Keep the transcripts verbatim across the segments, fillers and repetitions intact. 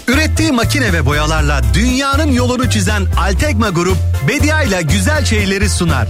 Ürettiği makine ve boyalarla dünyanın yolunu çizen Altekma Grup, Bedia ile güzel şeyleri sunar.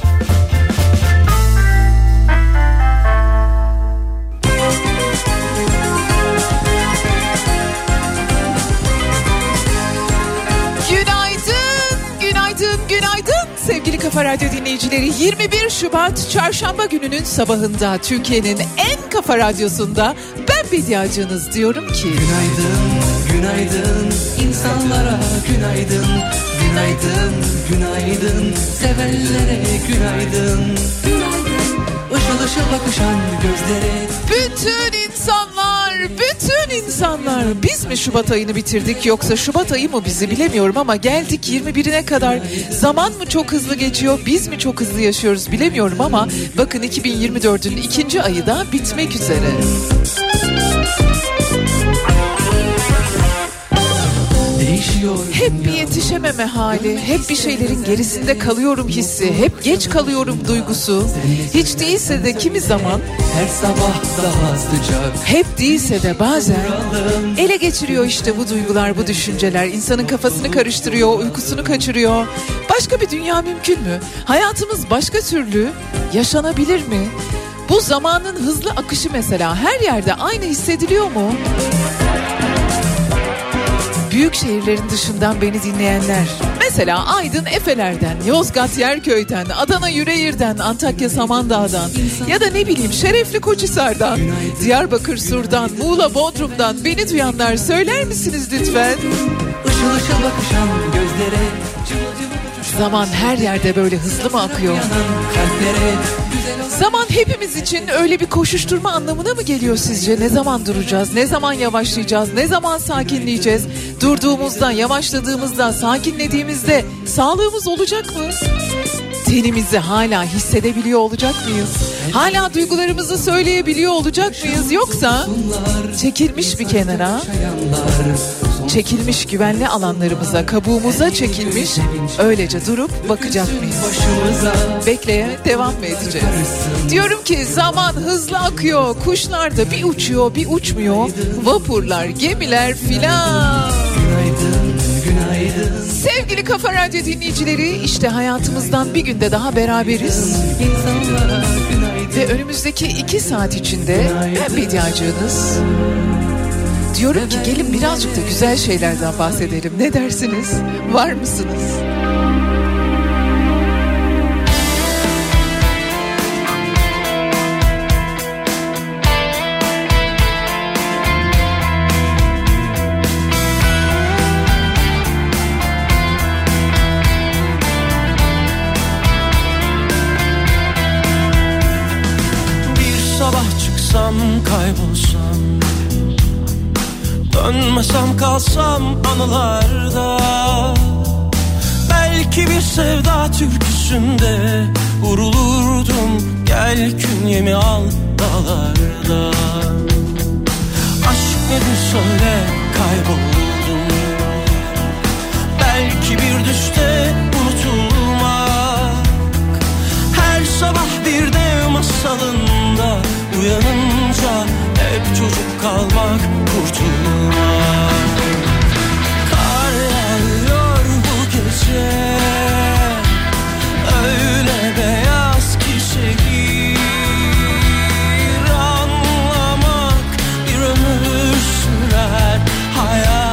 Günaydın, günaydın, günaydın sevgili Kafa Radyo dinleyicileri. yirmi bir Şubat Çarşamba gününün sabahında Türkiye'nin en kafa radyosunda ben Bediacınız diyorum ki günaydın, günaydın insanlara günaydın, günaydın, günaydın sevenlere günaydın, günaydın ışıl ışıl bakışan gözlere. Bütün insanlar, bütün insanlar biz mi Şubat ayını bitirdik yoksa Şubat ayı mı bizi bilemiyorum ama geldik yirmi birine kadar. Zaman mı çok hızlı geçiyor, biz mi çok hızlı yaşıyoruz bilemiyorum ama bakın iki bin yirmi dördün ikinci ayı da bitmek üzere. Hep bir yetişememe hali, hep bir şeylerin gerisinde kalıyorum hissi, hep geç kalıyorum duygusu. Hiç değilse de kimi zaman, her sabah daha sıcak, hep değilse de bazen ele geçiriyor işte bu duygular, bu düşünceler. İnsanın kafasını karıştırıyor, uykusunu kaçırıyor. Başka bir dünya mümkün mü? Hayatımız başka türlü yaşanabilir mi? Bu zamanın hızlı akışı mesela her yerde aynı hissediliyor mu? Büyük şehirlerin dışından beni dinleyenler, mesela Aydın Efeler'den, Yozgat Yerköy'den, Adana Yüreğir'den, Antakya Samandağ'dan ya da ne bileyim Şerefli Koçhisar'dan, Diyarbakır Sur'dan, Muğla Bodrum'dan beni duyanlar söyler misiniz lütfen? Işıl ışıl bakışan gözlere. Zaman her yerde böyle hızlı mı akıyor? Zaman hepimiz için öyle bir koşuşturma anlamına mı geliyor sizce? Ne zaman duracağız? Ne zaman yavaşlayacağız? Ne zaman sakinleyeceğiz? Durduğumuzda, yavaşladığımızda, sakinlediğimizde sağlığımız olacak mı? Tenimizi hala hissedebiliyor olacak mıyız? Hala duygularımızı söyleyebiliyor olacak mıyız? Yoksa çekilmiş bir kenara, çekilmiş güvenli alanlarımıza, kabuğumuza çekilmiş, öylece durup bakacak mıyız? Bekleye devam mı edeceğiz? Diyorum ki zaman hızlı akıyor, kuşlar da bir uçuyor bir uçmuyor, vapurlar, gemiler filan. Sevgili Kafa Radyo dinleyicileri, işte hayatımızdan bir günde daha beraberiz. Ve önümüzdeki iki saat içinde ben Bediacınız. Diyorum ki gelin birazcık da güzel şeylerden bahsedelim. Ne dersiniz? Var mısınız? Kaybolsam, dönmesem kalsam anılarda, belki bir sevda türküsünde vurulurdum, gel künyemi al dağlarda. Aşk nedir söyle, kayboldum, belki bir düşte unutulmak, her sabah bir dev masalında uyanınca hep çocuk kalmak, kurtulmak. Kar yağıyor bu gece, öyle beyaz ki şehir, anlamak bir ömür sürer hayat.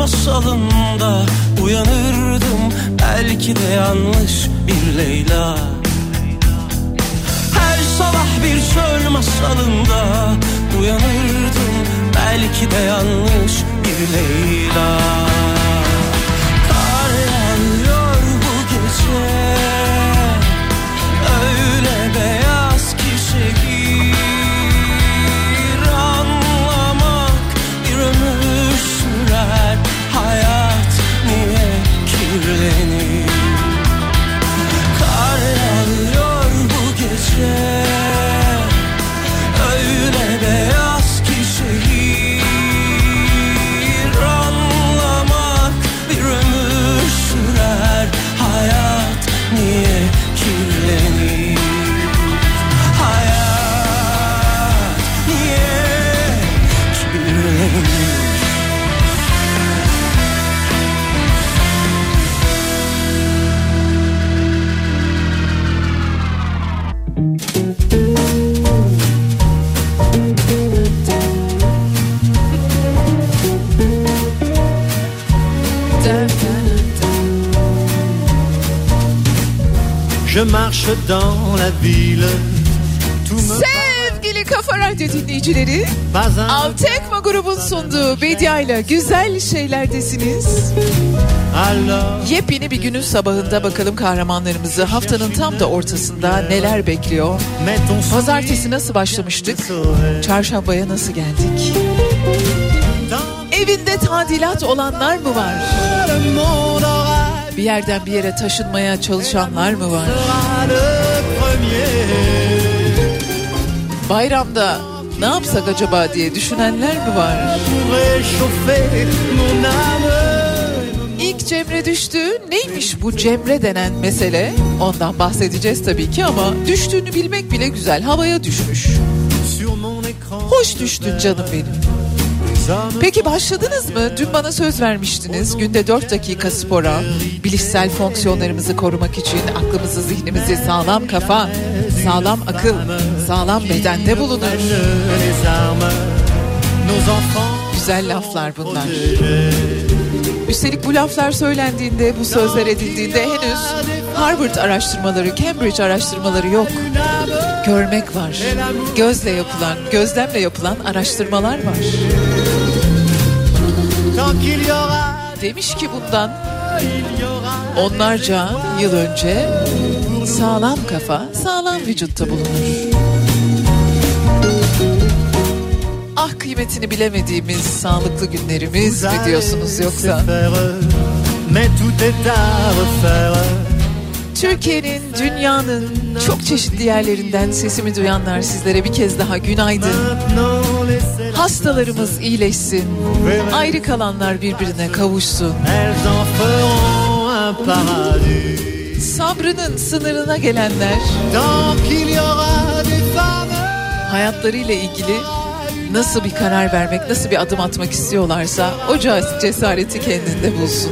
masalında uyanırdım, belki de yanlış bir Leyla. Her sabah bir çöl masalında uyanırdım, belki de yanlış bir Leyla. Kar yağıyor bu gece, öyle beyaz ki şehir, anlamak bir ömür sürer, hayat niye kirlenir? Kar yağıyor bu gece, öyle beyaz ki şehir, anlamak bir ömür sürer, hayat niye kirlenir? Hayat niye kirlenir? Je marche dans la ville. Sevgili Kafa Radyo dinleyicileri, Pas un Altekma grubun sunduğu Bediayla güzel şeylerdesiniz. alors Yepyeni bir günün sabahında bakalım kahramanlarımızı haftanın tam da ortasında neler bekliyor? mets ton Pazartesi nasıl başlamıştık? Çarşambaya nasıl geldik? Evinde tadilat olanlar mı var? le monde aura Bir yerden bir yere taşınmaya çalışanlar mı var? le premier. Bayramda ne yapsak acaba diye düşünenler mi var? Pour réchauffer mon âme. İlk Cemre düştü. Neymiş bu Cemre denen mesele? Ondan bahsedeceğiz tabii ki ama düştüğünü bilmek bile güzel. Havaya düşmüş. Sur mon écran. Hoş düştün canım benim. Peki başladınız mı? Dün bana söz vermiştiniz. Günde dört dakika spora, bilişsel fonksiyonlarımızı korumak için aklımızı, zihnimizi sağlam kafa, sağlam akıl, sağlam bedende bulunur. Les armes, nos enfants. Güzel laflar bunlar. Üstelik bu laflar söylendiğinde, bu sözler edildiğinde henüz Harvard araştırmaları, Cambridge araştırmaları yok. Görmek var. Gözle yapılan, gözlemle yapılan araştırmalar var. Tant qu'il y aura, Demiş ki bundan il y aura. onlarca yıl önce sağlam kafa, sağlam vücutta bulunur. Ah kıymetini bilemediğimiz sağlıklı günlerimiz mi diyorsunuz yoksa? Mais tout est à refaire. Türkiye'nin, dünyanın çok çeşitli yerlerinden sesimi duyanlar sizlere bir kez daha günaydın. Maintenant laissez Hastalarımız iyileşsin, ayrı kalanlar birbirine kavuşsun. elles en feront un paradis. Sabrının sınırına gelenler Tant qu'il y aura des femmes. hayatlarıyla ilgili nasıl bir karar vermek, nasıl bir adım atmak istiyorlarsa o cesareti kendinde bulsun.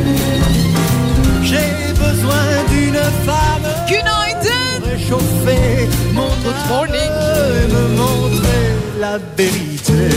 J'ai besoin d'une femme. Günaydın. Réchauffer mon Good morning. âme et me montrer la vérité.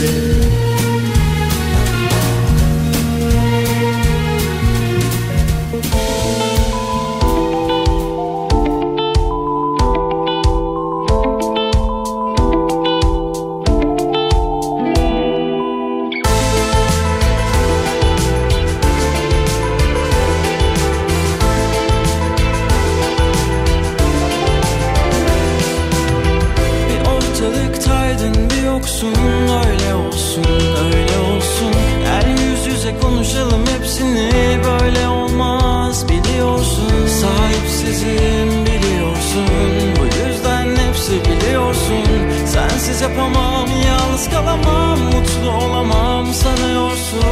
Bir ortalıktaydın, bir yoksun, öyle olsun, öyle olsun. Gel yüz yüze konuşalım hepsini, böyle olmaz biliyorsun. Sahipsizim biliyorsun, bu yüzden hepsi biliyorsun. Sensiz yapamam, yalnız kalamam, mutlu olamam sanıyorsun.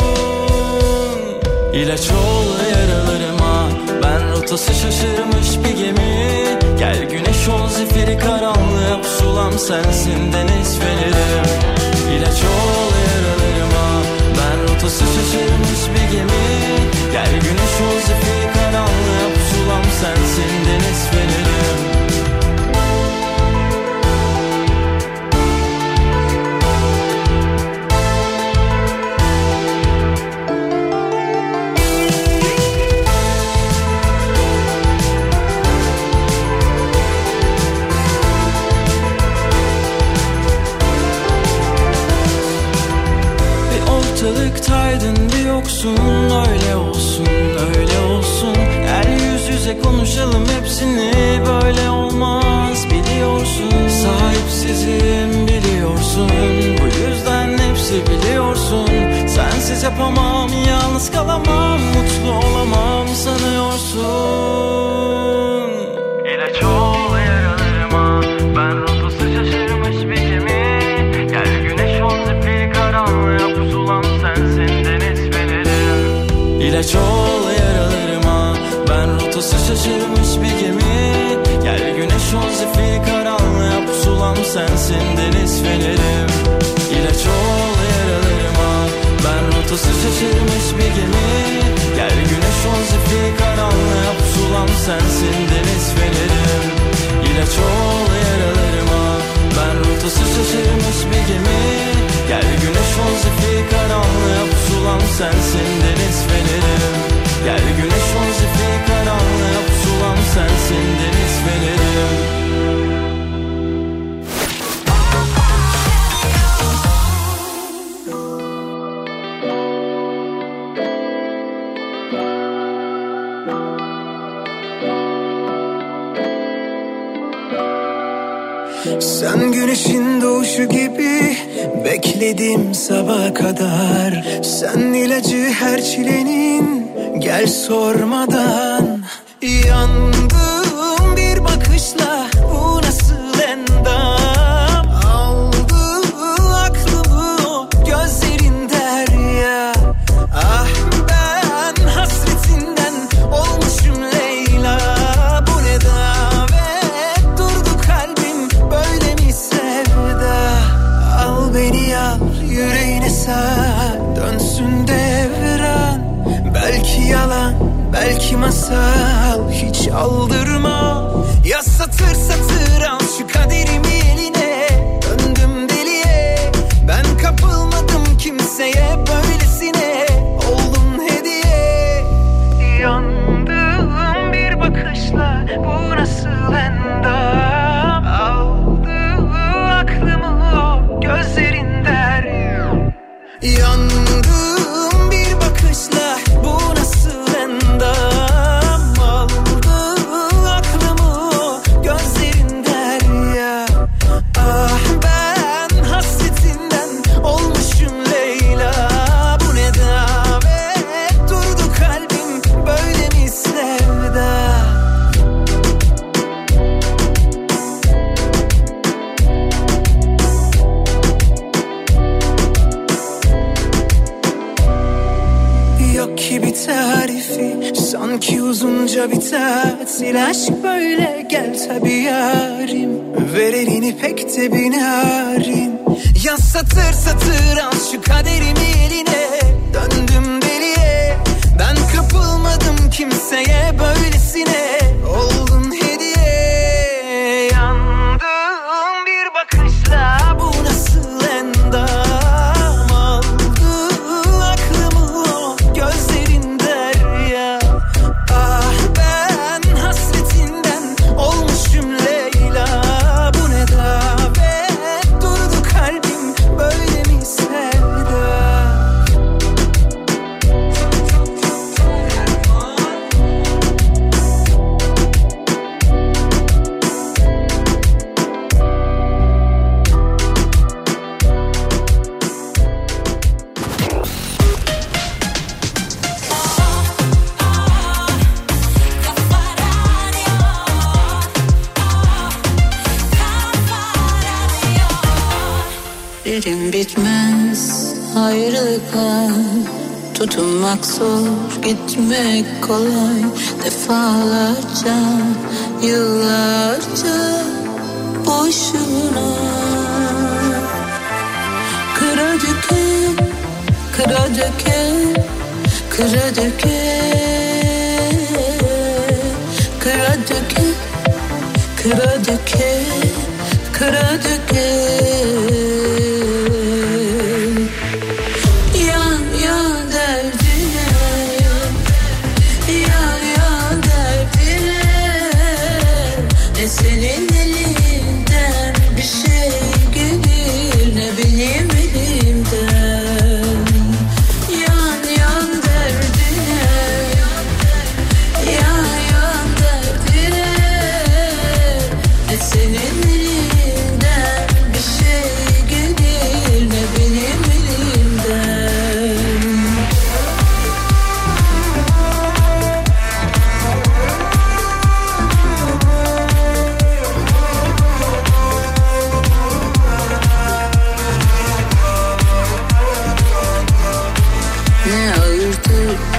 İlaç ol yaralarıma, ben rotası şaşırmış bir gemi. Gel güneş ol zifiri karanlığa, pusulam sensin deniz feneri. İlaç ol yaralarıma, ben rotası şaşırmış bir gemi. Gel güneş ol zifiri karanlığa, pusulam sensin deniz feneri. Açlıktaydın bir yoksun. Öyle olsun, öyle olsun. Gel yüz yüze konuşalım hepsini. Böyle olmaz biliyorsun. Sahipsizim biliyorsun. Bu yüzden hepsi biliyorsun. Sensiz yapamam, yalnız kalamam, mutlu olamam sanıyorsun. İlaç ol yaralarıma, ben rotası şaşırmış bir gemi. Gel güneş ol zifiri karanlığa, pusulam sensin deniz fenerim. İlaç ol yaralarıma, ben rotası şaşırmış bir gemi. Gel güneş ol zifiri karanlığa, pusulam sensin deniz fenerim. İlaç ol yaralarıma, ben rotası şaşırmış bir gemi. Gel güneş ol zifiri karanlığa, pusulam sensin deniz fenerim. İlaç ol yaralarıma, ben rotası şaşırmış bir gemi. Gel güneş ol zifiri karanlığa, pusulam sensin deniz fenerim. Gel güneş ol zifiri karanlığa, pusulam sensin deniz fenerim. Sen güneşin doğuşu gibi bekledim sabaha kadar. Sen ilacı her çilenin, gel sormadan. Yandım bir bakışla, bu nasıl endam. Aldı aklımı gözlerin derya. Ah ben hasretinden olmuşum Leyla. Bu ne davet, durdu kalbim böyle mi sevda. Al beni al yüreğine sar, dönsün devran. Belki yalan, belki masal, hiç aldırma. Ya satır satır al şu kaderimi eline. Döndüm deliye, ben kapılmadım kimseye, böylesine oldum hediye. Yandım bir bakışla, bu nasıl endam. Aldı aklımı o gözlerin derya. Yandım bir bakışla, bu nasıl endam. Aldı aklımı o gözlerin derya. Ah ben hasretinden olmuşum Leyla. Bu ne davet, durdu kalbim böyle mi sevda. Yok ki bir tarifi, sanki uzunca bir tatil. Aşk böyle, gel tabi yarim. Ver elini pek de bir narin. Ya satır satır al şu kaderimi eline. Döndüm deliye, ben kapılmadım kimseye, böylesine oldun hediye. Yandım bir bakışla, bu nasıl endam. Aldı aklımı o gözlerin derya. Ah ben hasretinden olmuşum Leyla. Bu ne davet, durdu kalbim böyle mi sevda. Derin bitmez ayrılıklar, tutunmak zor, gitmek kolay. Defalarca, yıllarca boşuna. Kıra döke, kıra döke, kıra döke, kıra döke, kıra döke, kıra döke. Yan yan derdine, yan yan derdine. Ne senin elinden bir şey gelir, ne benim elimden.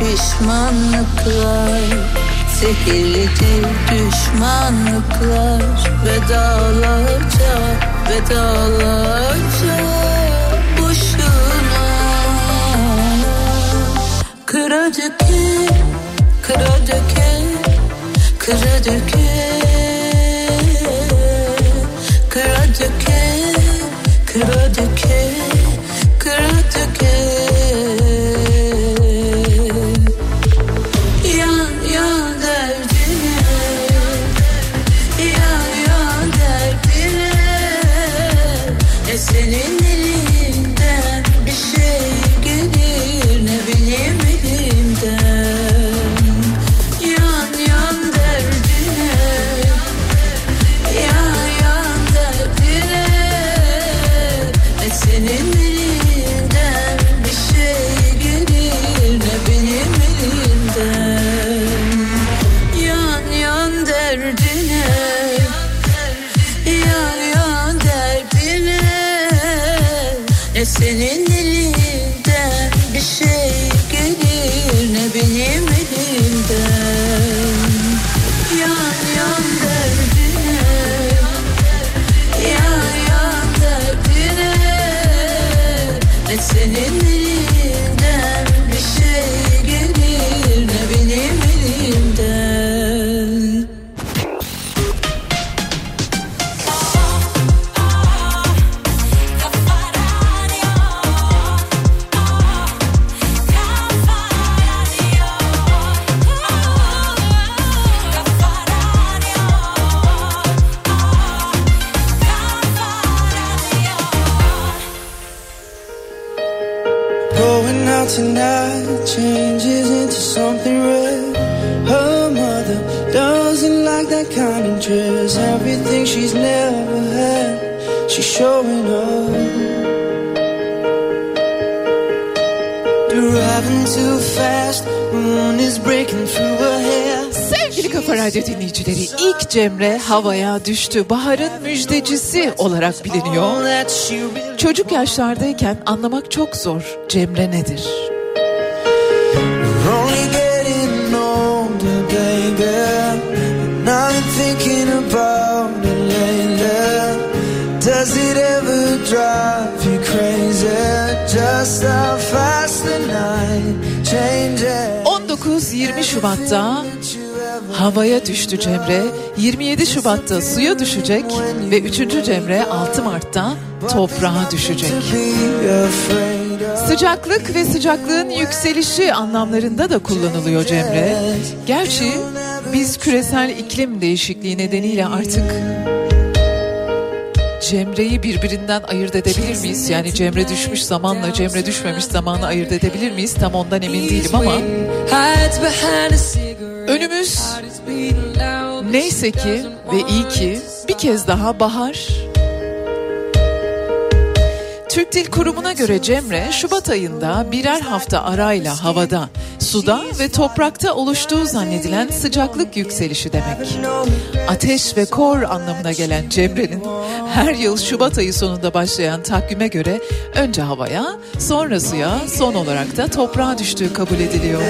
pişmanlıklar, zehirlidir düşmanlıklar. Vedalarca, vedalarca boşuna. Kıra döke, kıra döke, kıra döke, kıra döke, kıra döke, kıra döke. Yan yan derdine, yan yan derdine. E senin elinden bir şey gelir, ne bileyim elimden. Yan yan derdine, yan yan derdine. E senin elinden bir şey gelir, ne benim elimden. Yan yan derdine, yan yan derdine. Ne senin elinden bir şey gelir, ne benim elimden. Yan yan derdine, yan yan derdine. Ne senin elinden bir şey gelir, ne benim elimden. Going out tonight changes into something red. Her mother doesn't like that kind of dress. Everything she's never had, she's showing up. Driving too fast, moon is breaking through her hair. Sevgili Kafa Radyo dinleyicileri, ilk Cemre havaya düştü. Baharın müjdecisi olarak biliniyor. Çocuk yaşlardayken anlamak çok zor Cemre nedir? Only getting older, baby. And I've been thinking about it lately. Does it ever drive you crazy? Just how fast the night changes. on dokuz yirmi Şubat'ta havaya düştü Cemre, yirmi yedi Şubat'ta suya düşecek ve üçüncü Cemre altı Mart'ta toprağa düşecek. Sıcaklık ve sıcaklığın yükselişi anlamlarında da kullanılıyor Cemre. Gerçi biz küresel iklim değişikliği nedeniyle artık Cemre'yi birbirinden ayırt edebilir miyiz? Yani Cemre düşmüş zamanla Cemre düşmemiş zamanı ayırt edebilir miyiz? Tam ondan emin değilim ama önümüz neyse ki ve iyi ki bir kez daha bahar. Türk Dil Kurumu'na göre Cemre, Şubat ayında birer hafta arayla havada, suda ve toprakta oluştuğu zannedilen sıcaklık yükselişi demek. Ateş ve kor anlamına gelen Cemre'nin her yıl Şubat ayı sonunda başlayan takvime göre önce havaya, sonra suya, son olarak da toprağa düştüğü kabul ediliyor.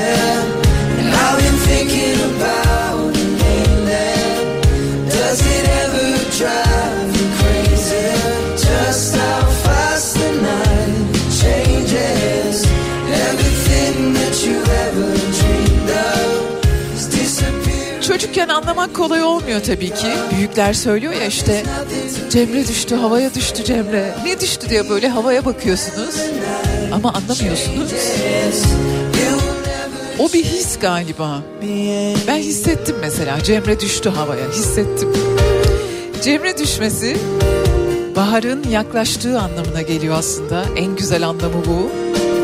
Çocukken anlamak kolay olmuyor tabii ki. Büyükler söylüyor ya işte Cemre düştü, havaya düştü Cemre. Ne düştü diye böyle havaya bakıyorsunuz ama anlamıyorsunuz. O bir his galiba. Ben hissettim mesela, Cemre düştü havaya, hissettim. Cemre düşmesi baharın yaklaştığı anlamına geliyor aslında. En güzel anlamı bu.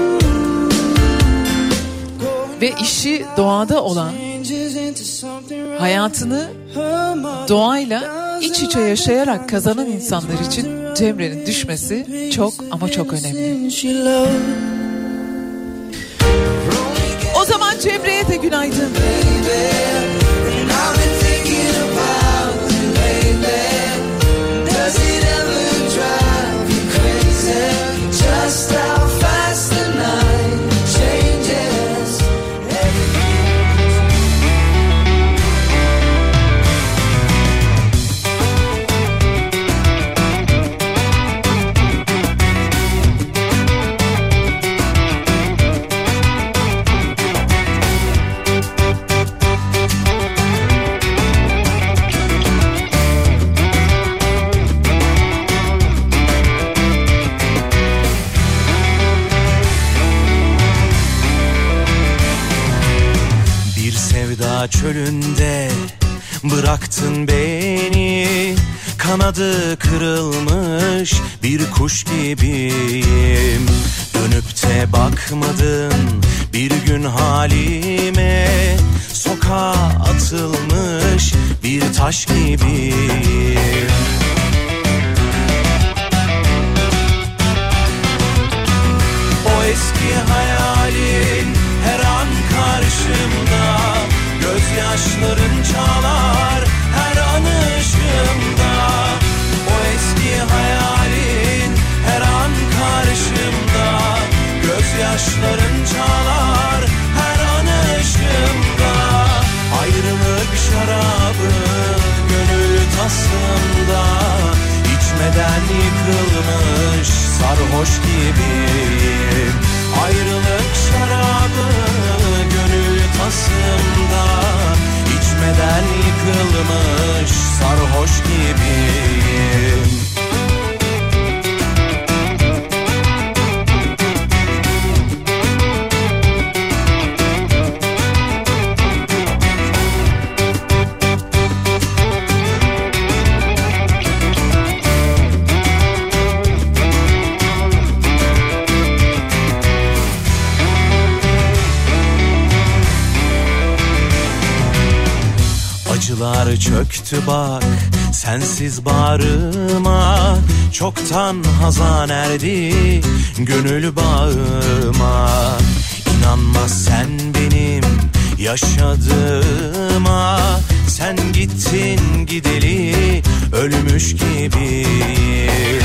Ve işi doğada olan, hayatını doğayla iç içe yaşayarak kazanan insanlar için Cemre'nin düşmesi çok ama çok önemli. O zaman Cemre'ye de günaydın. Sahra çölünde bıraktın beni, kanadı kırılmış bir kuş gibiyim. Dönüp de bakmadın bir gün halime, sokağa atılmış bir taş gibiyim. O eski hayalin her an karşımda, gözyaşların çalar her an ışığımda. O eski hayalin her an karşımda, gözyaşların çalar her an ışığımda. Ayrılık şarabı gönül tasımda, içmeden yıkılmış sarhoş gibiyim. Ayrılık şarabı gönül tasımda, içmeden yıkılmış sarhoş gibiyim. Acılar çöktü bak sensiz bağrıma, çoktan hazan erdi gönül bağıma. İnanmaz sen benim yaşadığıma, sen gittin gideli ölmüş gibiyim.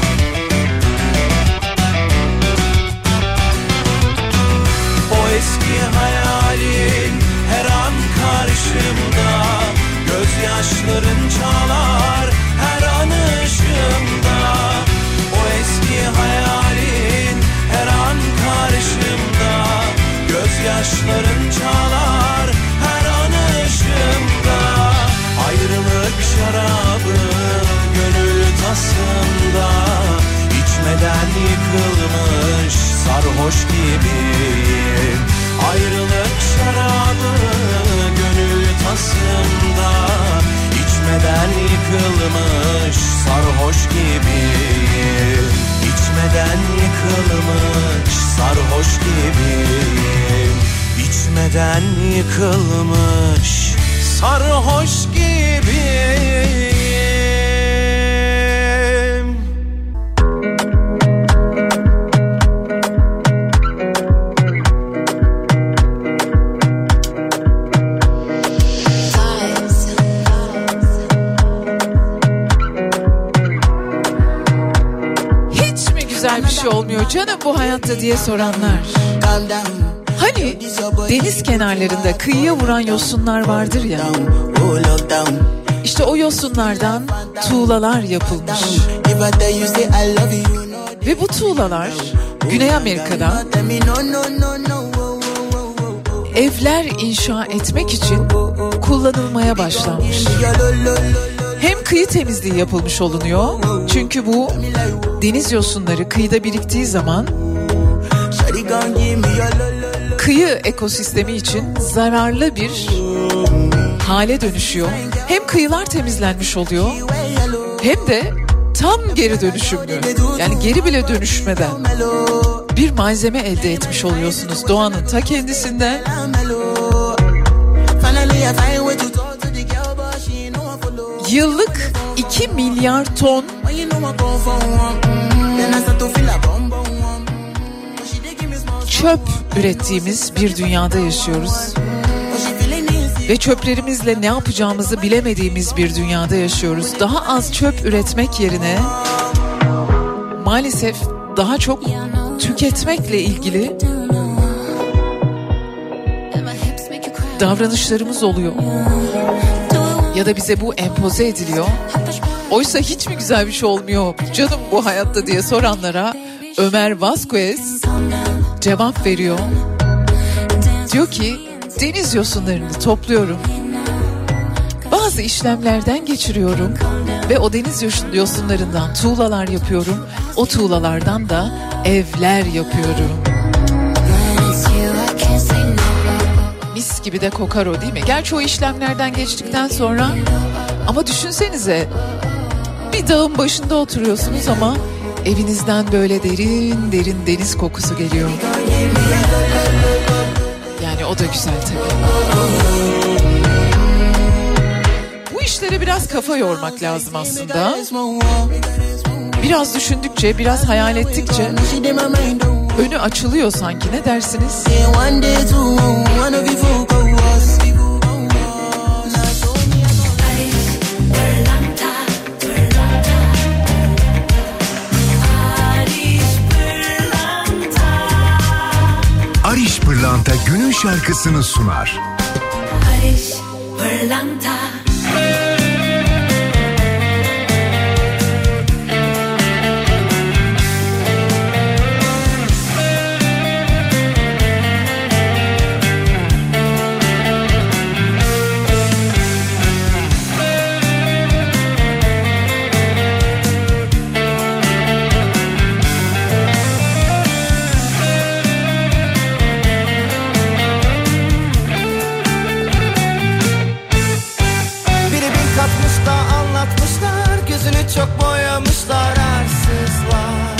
O eski hayalin her an karşımda, gözyaşların çalar her an ışığımda. O eski hayalin her an karşımda, gözyaşların çalar her an ışığımda. Ayrılık şarabı gönül tasımda, içmeden yıkılmış sarhoş gibiyim. Ayrılık şarabı gönül tasımda, içmeden yıkılmış sarhoş gibiyim. İçmeden yıkılmış sarhoş gibiyim. İçmeden yıkılmış sarhoş gibiyim. Güzel bir şey olmuyor canım bu hayatta diye soranlar. Hani deniz kenarlarında kıyıya vuran yosunlar vardır ya. İşte o yosunlardan tuğlalar yapılmış. Ve bu tuğlalar Güney Amerika'da evler inşa etmek için kullanılmaya başlanmış. Hem kıyı temizliği yapılmış olunuyor. Çünkü bu deniz yosunları kıyıda biriktiği zaman kıyı ekosistemi için zararlı bir hale dönüşüyor. Hem kıyılar temizlenmiş oluyor hem de tam geri dönüşümlü, yani geri bile dönüşmeden bir malzeme elde etmiş oluyorsunuz doğanın ta kendisinden. Yıllık iki milyar ton çöp ürettiğimiz bir dünyada yaşıyoruz. Ve çöplerimizle ne yapacağımızı bilemediğimiz bir dünyada yaşıyoruz. Daha az çöp üretmek yerine maalesef daha çok tüketmekle ilgili davranışlarımız oluyor. Ya da bize bu empoze ediliyor. Oysa hiç mi güzel bir şey olmuyor canım bu hayatta diye soranlara Ömer Vasquez cevap veriyor. Diyor ki deniz yosunlarını topluyorum. Bazı işlemlerden geçiriyorum ve o deniz yosunlarından tuğlalar yapıyorum. O tuğlalardan da evler yapıyorum. mis gibi de kokar o, değil mi? Gerçi o işlemlerden geçtikten sonra, ama düşünsenize bir dağın başında oturuyorsunuz ama evinizden böyle derin derin deniz kokusu geliyor. Yani o da güzel tabii. Bu işlere biraz kafa yormak lazım aslında. Biraz düşündükçe, biraz hayal ettikçe önü açılıyor sanki, ne dersiniz? Ariş Pırlanta günün şarkısını sunar. Ariş Pırlanta. Çok boyamışlar arsızlar.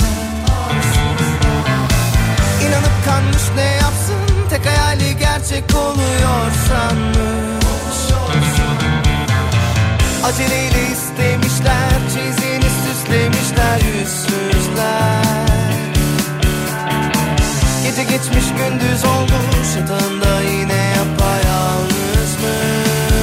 İnanıp kanmış, ne yapsın, tek hayali gerçek oluyor sanmış. Aceleyle istemişler, çizini süslemişler yüzsüzler. Gece geçmiş gündüz olmuş, yatağında yine yapayalnızmış.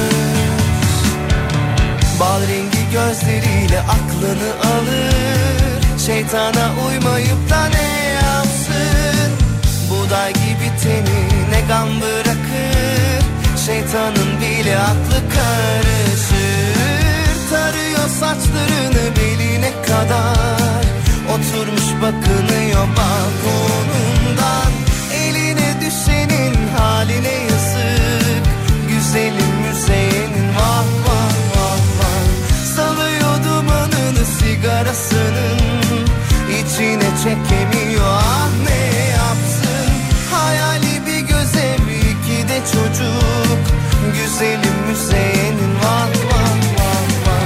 Bal rengi gözleriyle aklını alır, şeytana uymayıp da ne yapsın? Buğday gibi teni ne gam bırakır, şeytanın bile aklı karışır. Tarıyor saçlarını beline kadar, oturmuş bakınıyor balkonundan. Eline düşenin haline yazık, güzelim Müzeyyen'in vah vah vah vah. Salıyor dumanını sigarasının, içine çekemiyor, ah ne yapsın? Hayali bir göz evi, iki de çocuk, güzelim Müzeyyen'in vah vah vah vah.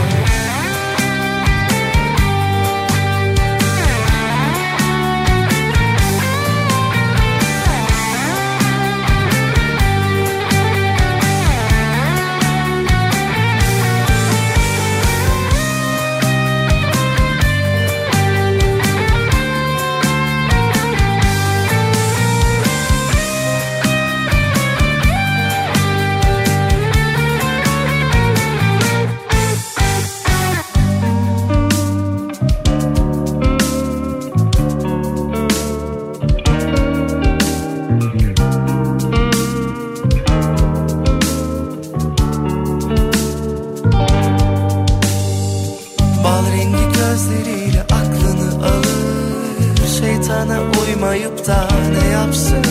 Uymayıp da ne yapsın?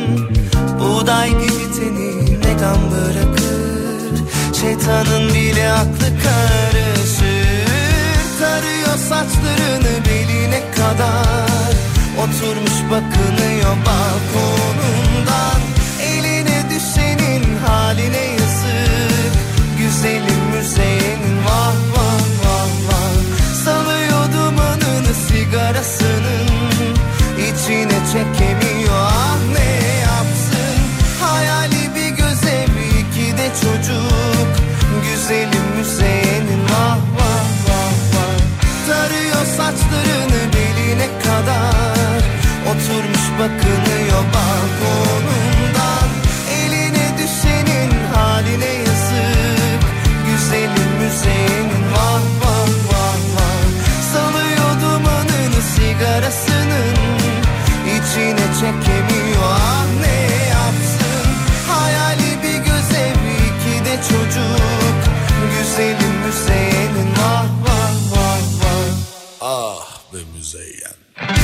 Buğday gibi teni ne gam bırakır, şeytanın bile aklı karışır. Tarıyor saçlarını beline kadar, oturmuş bakınıyor balkonundan. Eline düşenin haline yazık, güzelim Müzeyyen'in vah vah vah vah. Salıyor dumanını sigarasının, İçine çekemiyor, ah ne yapsın? Hayali bir göz evi, iki de çocuk, güzelim Müzeyyen'in vah vah vah vah. Tarıyor saçlarını beline kadar, oturmuş bakınıyor balkonundan. Eline düşenin haline yazık, güzelim Müzeyyen'in vah vah vah vah. Salıyor dumanını sigarasının, İçine çekemiyor, ah ne yapsın? Hayali bir göz evi, iki de çocuk, güzelim Müzeyyen'in vah vah vah vah. Ah be Müzeyyen.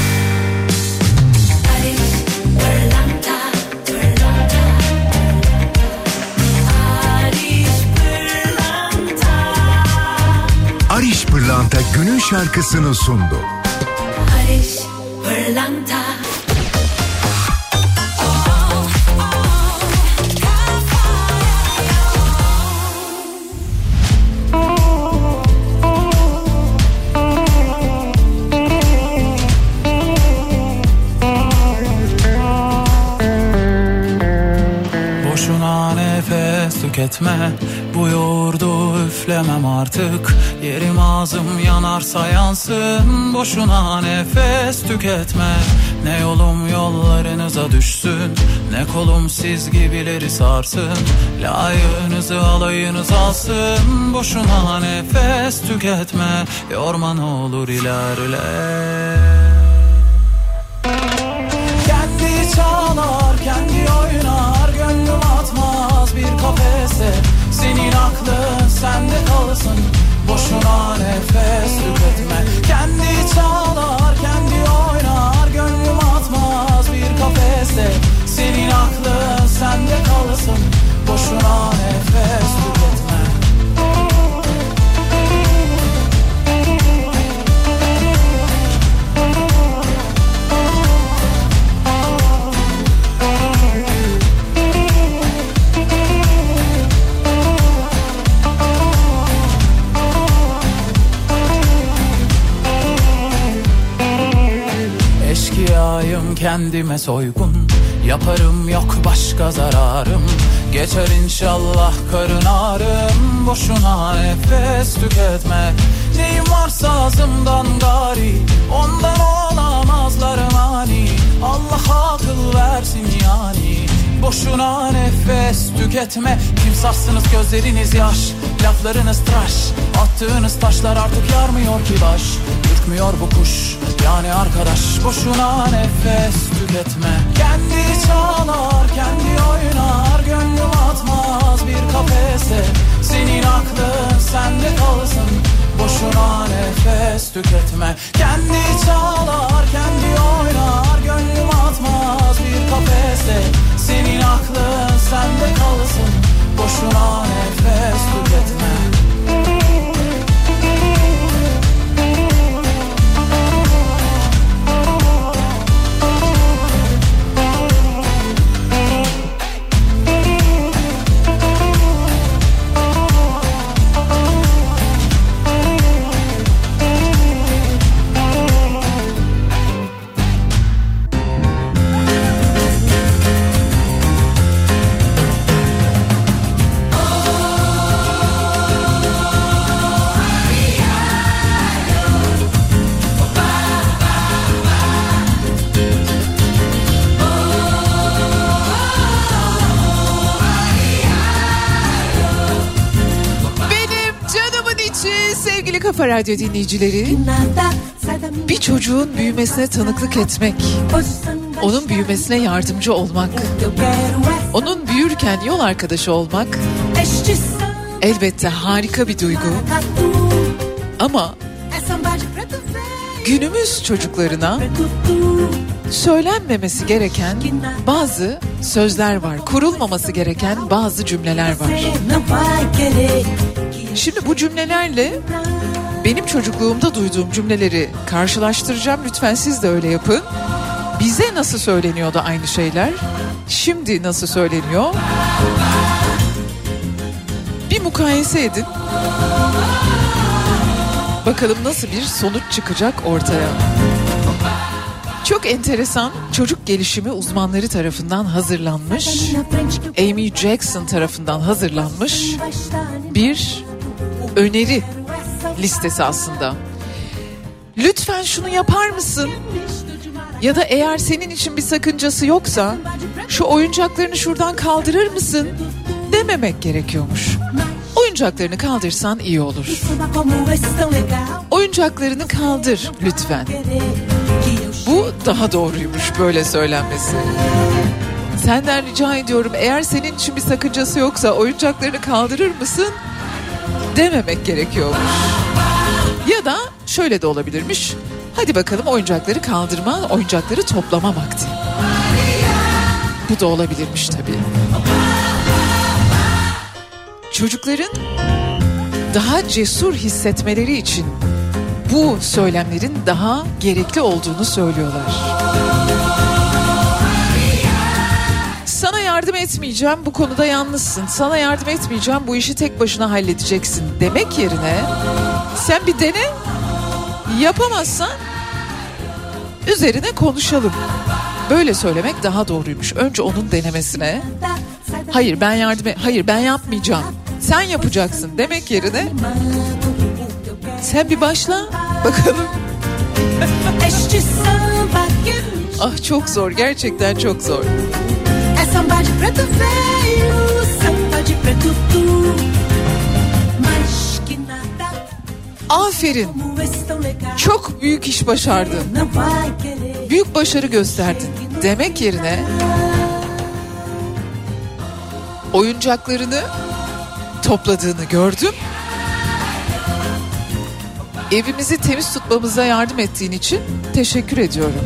Ariş Pırlanta günün şarkısını sundu. Ariş Pırlanta. tüketme. Bu yoğurdu üflemem artık. Yerim ağzım yanarsa yansın. Boşuna nefes tüketme. Ne yolum yollarınıza düşsün, ne kolum siz gibileri sarsın. Layığınızı alayınız alsın. Boşuna nefes tüketme. Yorma ne olur ilerle. Kendi çalar, kendi oynar, gönlüm atmaz bir kafese. Senin aklın sende kalsın. Boşuna nefes tüketme. Kendi çalar, kendi oynar, gönlüm atmaz bir kafese. Senin aklın sende kalsın. Boşuna nefes tüketme. Eşkıyayım kendime soygun, yaparım yok başka zararım. Geçer inşallah karın ağrım. Boşuna nefes tüketme. Neyim varsa ağzımdan gari, ondan olamazlar mani. Allah akıl versin yani. Boşuna nefes tüketme. Kimsahsınız gözleriniz yaş, laflarınız tıraş. Attığınız taşlar artık yarmıyor ki baş. Ürkmüyor bu kuş yani arkadaş. Boşuna nefes tüketme. Kendi çalar, kendi oynar, gönlüm atmaz bir kafese. Senin aklın sende kalsın. Boşuna nefes tüketme. Kendi çalar, kendi oynar, gönlüm atmaz bir kafese. Senin aklın sende kalsın. Boşuna nefes tüketme. Kafa Radyo dinleyicileri, bir çocuğun büyümesine tanıklık etmek, onun büyümesine yardımcı olmak, onun büyürken yol arkadaşı olmak elbette harika bir duygu. Ama günümüz çocuklarına söylenmemesi gereken bazı sözler var, kurulmaması gereken bazı cümleler var. Şimdi bu cümlelerle benim çocukluğumda duyduğum cümleleri karşılaştıracağım. Lütfen siz de öyle yapın. Bize nasıl söyleniyordu aynı şeyler? Şimdi nasıl söyleniyor? Bir mukayese edin. Bakalım nasıl bir sonuç çıkacak ortaya. Çok enteresan, çocuk gelişimi uzmanları tarafından hazırlanmış, Amy Jackson tarafından hazırlanmış bir öneri listesi aslında. Lütfen şunu yapar mısın? Ya da eğer senin için bir sakıncası yoksa şu oyuncaklarını şuradan kaldırır mısın dememek gerekiyormuş. Oyuncaklarını kaldırsan iyi olur. Oyuncaklarını kaldır lütfen. Bu daha doğruymuş böyle söylenmesi. Senden rica ediyorum, eğer senin için bir sakıncası yoksa oyuncaklarını kaldırır mısın dememek gerekiyormuş. Ya da şöyle de olabilirmiş. Hadi bakalım oyuncakları kaldırma, oyuncakları toplama vakti. Bu da olabilirmiş tabii. Çocukların daha cesur hissetmeleri için bu söylemlerin daha gerekli olduğunu söylüyorlar. Sana yardım etmeyeceğim, bu konuda yalnızsın. Sana yardım etmeyeceğim, bu işi tek başına halledeceksin demek yerine sen bir dene, yapamazsan üzerine konuşalım. Böyle söylemek daha doğruymuş. Önce onun denemesine, Hayır ben yardım e- hayır ben yapmayacağım. Sen yapacaksın demek yerine sen bir başla bakalım. Ah çok zor, gerçekten çok zor. Aferin. Çok büyük iş başardın. Büyük başarı gösterdin demek yerine oyuncaklarını topladığını gördüm. Evimizi temiz tutmamıza yardım ettiğin için teşekkür ediyorum.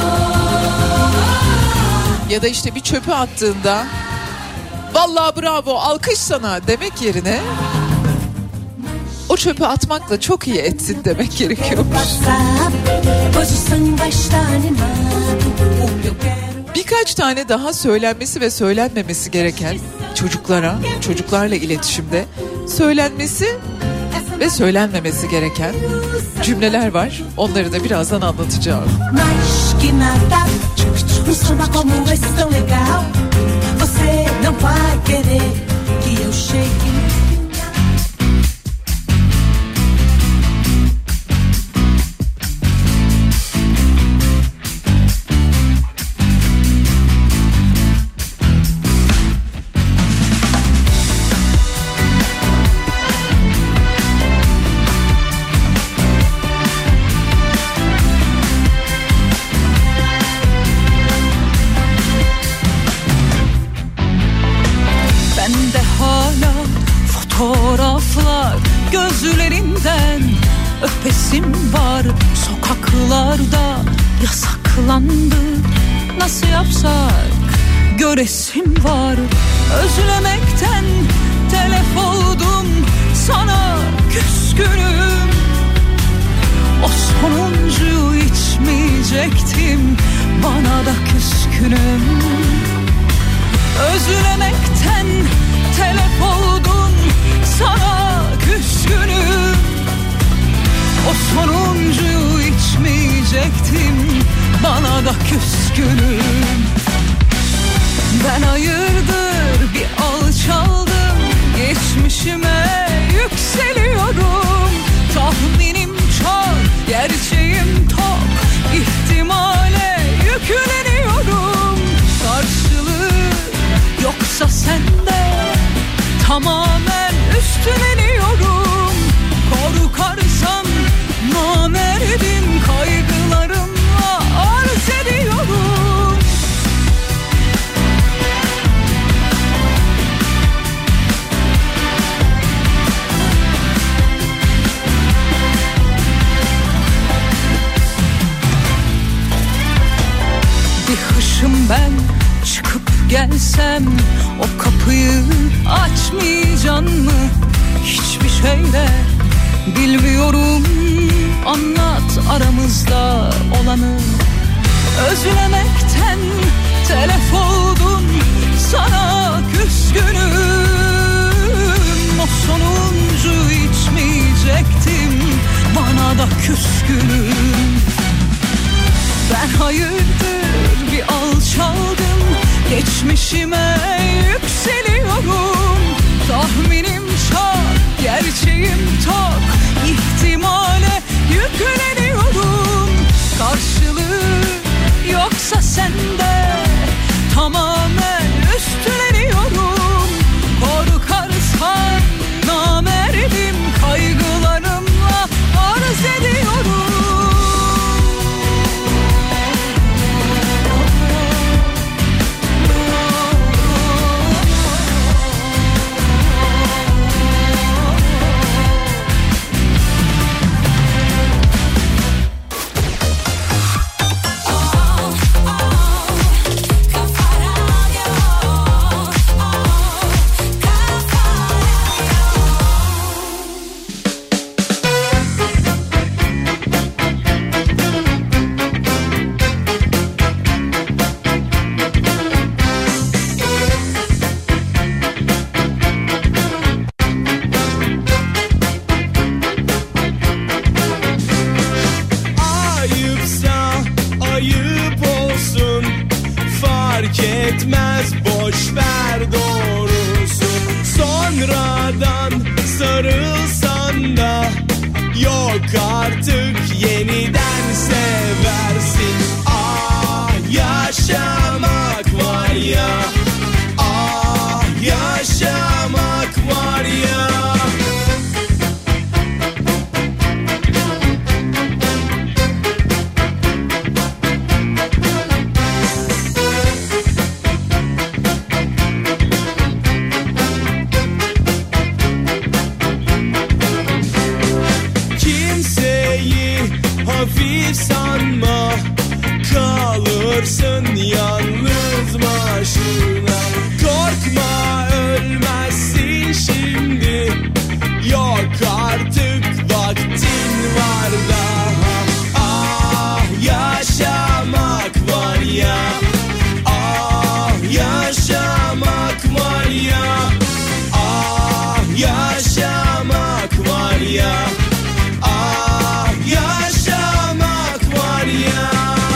Ya da işte bir çöpü attığında vallahi bravo alkış sana demek yerine o çöpü atmakla çok iyi etsin demek gerekiyormuş. Birkaç tane daha söylenmesi ve söylenmemesi gereken çocuklara, çocuklarla iletişimde söylenmesi ve söylenmemesi gereken cümleler var. Onları da birazdan anlatacağım. Fotoğraflar gözlerinden öpesim var. Sokaklarda yasaklandı. Nasıl yapsak göresim var. Özlemekten telef oldum. Sana küskünüm. O sonuncuyu içmeyecektim. Bana da küskünüm. Özlemekten telef oldum. Sana küskünüm. O sonuncuyu içmeyecektim. Bana da küskünüm. Ben hayırdır bir alçaldım. Geçmişime yükseliyorum. Tahminim çok, gerçeğim tok. İhtimale yükleniyorum. Karşılığı yoksa sende. Tamamen üstleniyorum. Korkarsam namerdim. Kaygılarımla arz ediyorum. Bir hışım ben çıkıp gelsem o kapıyı açmayacaksın mı? Hiçbir şeyde bilmiyorum. Anlat aramızda olanı. Özlemekten telef oldum. Sana küskünüm. O sonuncu içmeyecektim. Bana da küskünüm. Ben hayırdır bir alçaldım. Geçmişime yükseliyorum. Tahminim çok, gerçeğim tok. İhtimale yükleniyorum. Karşılığı yoksa sende. Tamamen üstleniyorum. Korkarsan namerdim. Kaygılarımla arz ediyorum. Ayıp olsun, fark etmez, boş ver dost. artık yeniden seversin. Ah yaşamak var ya, ah yaşamak var ya. Hafif sanma, kalırsın yalnız başına. Korkma, ölmezsin şimdi, yok artık vaktin var daha. Ah yaşamak var ya, ah yaşamak var ya, ah yaşamak var ya, ah yaşamak var ya.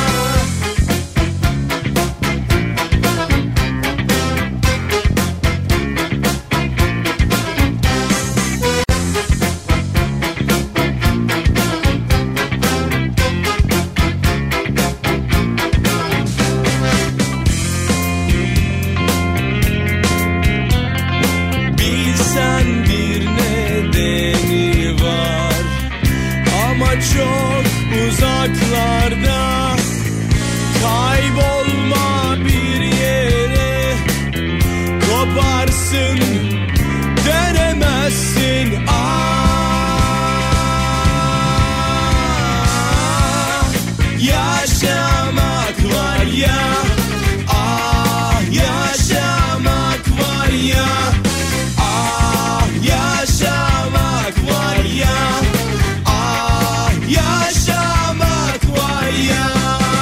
Bilsen bir nedeni var ama çok uzaklarda. Kaybolma bir yere, koparsın dönemezsin. Ah yaşamak var ya, ah yaşamak var ya, ah yaşamak var ya, ah yaşamak var ya.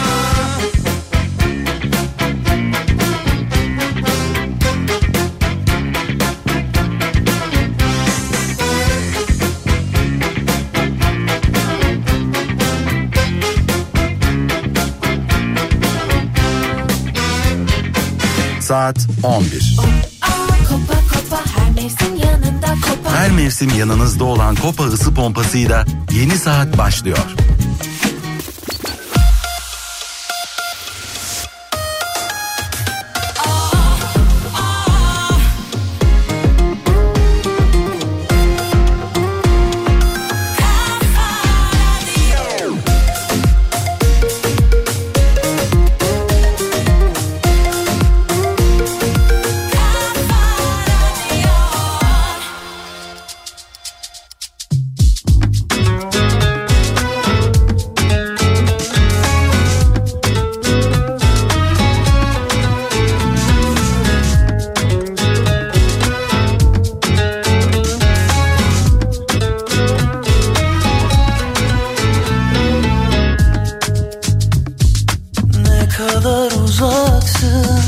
Saat on bir. Kopa kopa her mevsim yanında kopa. Her mevsim yanınızda olan Kopa ısı pompasıyla yeni saat başlıyor. Ne kadar uzaksın,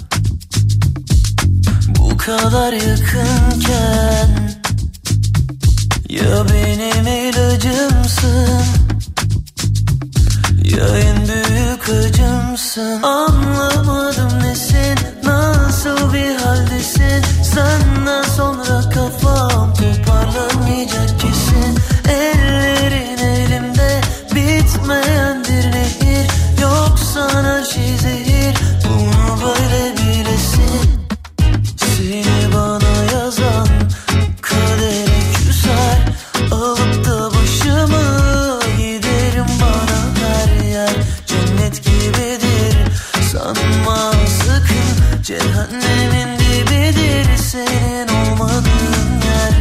bu kadar yakınken. Ya benim ilacımsın, ya en büyük acımsın. Anlamadım nesin, nasıl bir haldesin. Senden sonra kafam toparlanmayacak kesin. Ellerin elimde, bitmeyen bir nehir. Yok sana şey zehir, bunu böyle bilesin. Seni bana yazan kadere küser, alıp da başımı giderim bana her yer. Cennet gibidir sanma sakın, cehennemin dibidir senin olmadığın yer.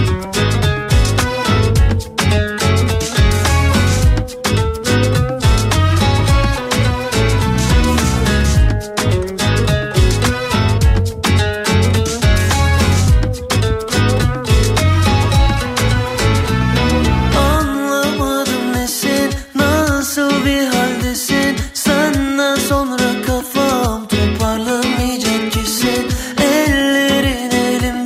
Anlamadım nesin, nasıl bir haldesin. Senden sonra kafam toparlanmayacak kesin. Ellerin elimde,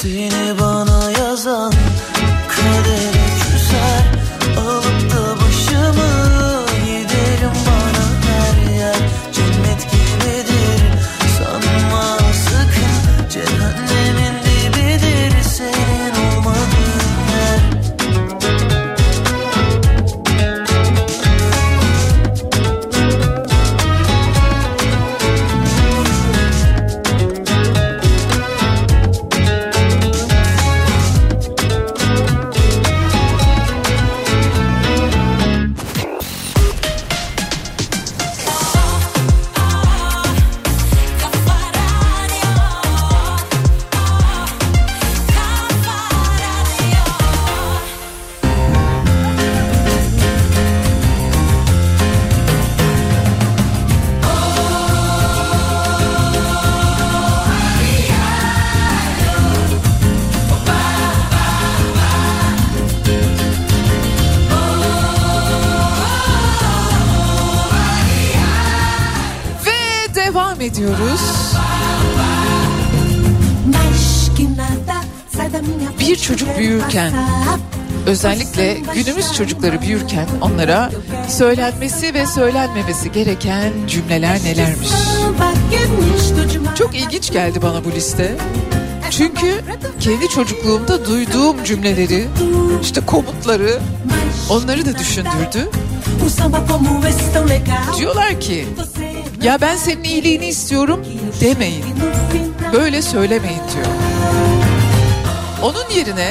Seni bana yazan kadere küser, alıp da başımı giderim bana her yer cennet gibidir. Sanma sakın cehennemin dibidir senin olmadığın yer. ediyoruz. Bir çocuk büyürken, özellikle günümüz çocukları büyürken onlara söylenmesi ve söylenmemesi gereken cümleler nelermiş? Çok ilginç geldi bana bu liste. Çünkü kendi çocukluğumda duyduğum cümleleri, işte komutları, onları da düşündürdü. Diyorlar ki, ya ben senin iyiliğini istiyorum demeyin. Böyle söylemeyin diyor. Onun yerine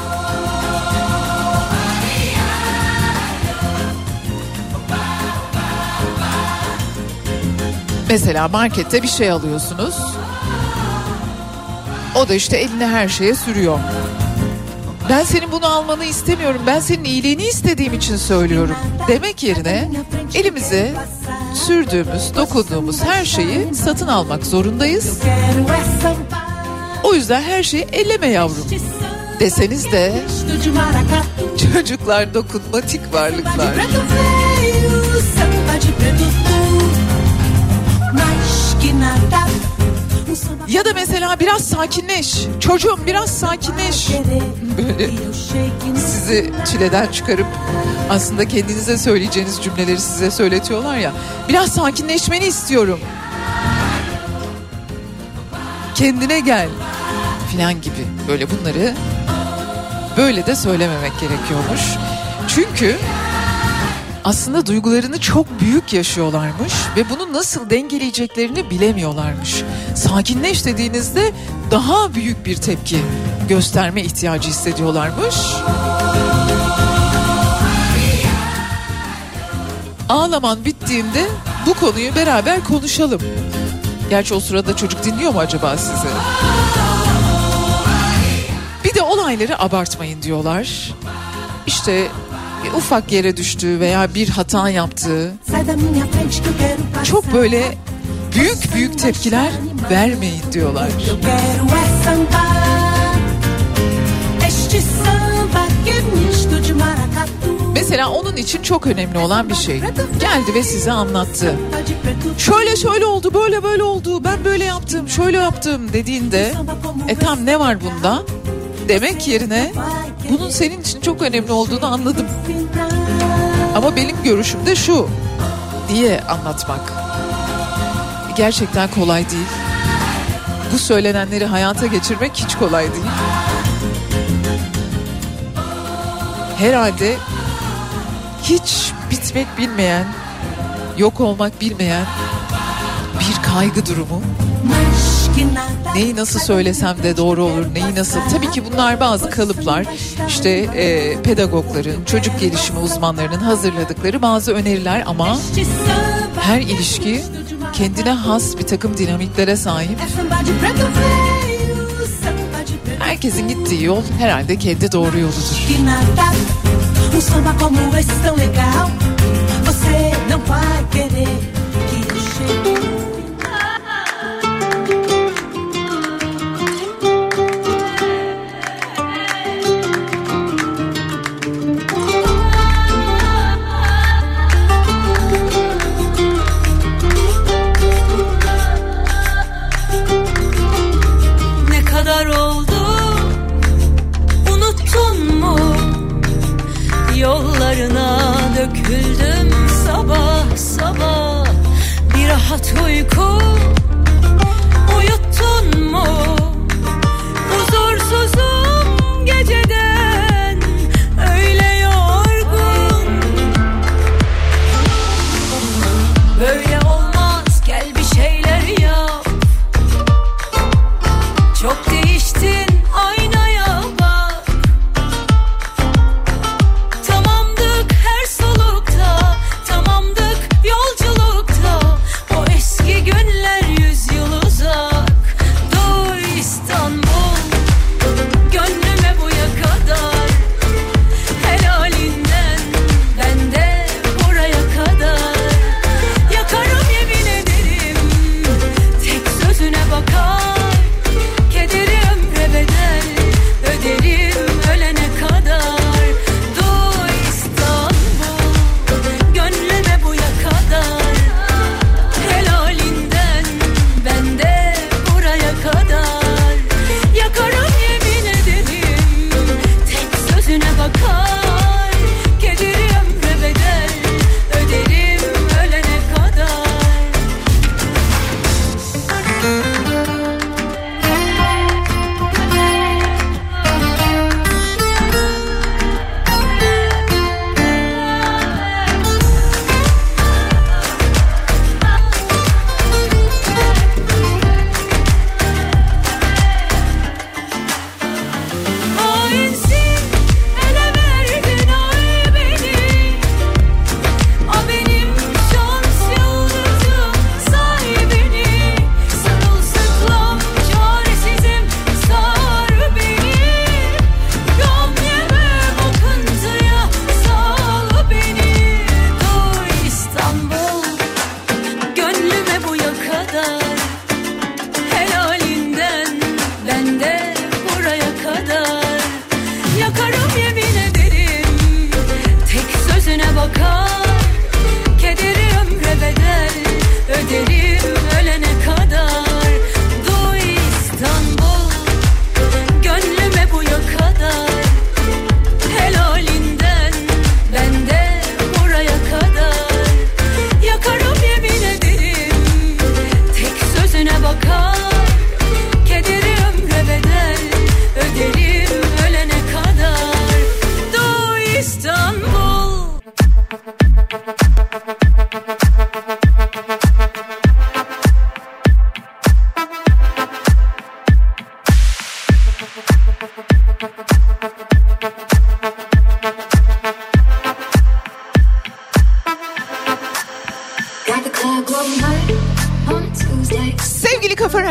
mesela markette bir şey alıyorsunuz. O da işte eline her şeye sürüyor. Ben senin bunu almanı istemiyorum. Ben senin iyiliğini istediğim için söylüyorum demek yerine elimize sürdüğümüz, dokunduğumuz her şeyi satın almak zorundayız. O yüzden her şeyi elleme yavrum deseniz de çocuklar dokunmatik varlıklar. Ya da mesela biraz sakinleş. Çocuğum biraz sakinleş. Böyle sizi çileden çıkarıp aslında kendinize söyleyeceğiniz cümleleri size söyletiyorlar ya. Biraz sakinleşmeni istiyorum. Kendine gel filan gibi. Böyle bunları böyle de söylememek gerekiyormuş. Çünkü aslında duygularını çok büyük yaşıyorlarmış ve bunu nasıl dengeleyeceklerini bilemiyorlarmış. Sakinleş dediğinizde daha büyük bir tepki gösterme ihtiyacı hissediyorlarmış. Ağlaman bittiğinde bu konuyu beraber konuşalım. Gerçi o sırada çocuk dinliyor mu acaba sizi? Bir de olayları abartmayın diyorlar. İşte ufak yere düştüğü veya bir hata yaptığı çok böyle büyük büyük tepkiler vermeyin diyorlar. Mesela onun için çok önemli olan bir şey. Geldi ve size anlattı. Şöyle şöyle oldu, böyle böyle oldu, ben böyle yaptım, şöyle yaptım dediğinde e tam ne var bunda? Demek yerine bunun senin için çok önemli olduğunu anladım. Ama benim görüşüm de şu diye anlatmak. Gerçekten kolay değil. Bu söylenenleri hayata geçirmek hiç kolay değil. Herhalde hiç bitmek bilmeyen, yok olmak bilmeyen bir kaygı durumu. Neyi nasıl söylesem de doğru olur, neyi nasıl? Tabii ki bunlar bazı kalıplar. İşte e, pedagogların, çocuk gelişimi uzmanlarının hazırladıkları bazı öneriler ama her ilişki kendine has bir takım dinamiklere sahip. Herkesin gittiği yol herhalde kendi doğru yoludur. Ne kadar oldu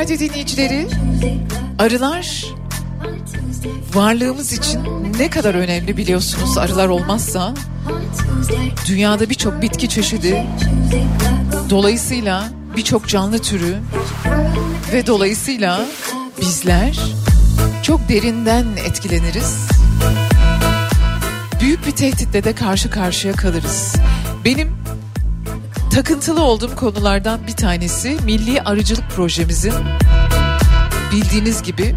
Radyo dinleyicileri, arılar varlığımız için ne kadar önemli biliyorsunuz. Arılar olmazsa dünyada birçok bitki çeşidi, dolayısıyla birçok canlı türü ve dolayısıyla bizler çok derinden etkileniriz. Büyük bir tehditle de karşı karşıya kalırız. Benim takıntılı olduğum konulardan bir tanesi Milli Arıcılık Projemizin bildiğiniz gibi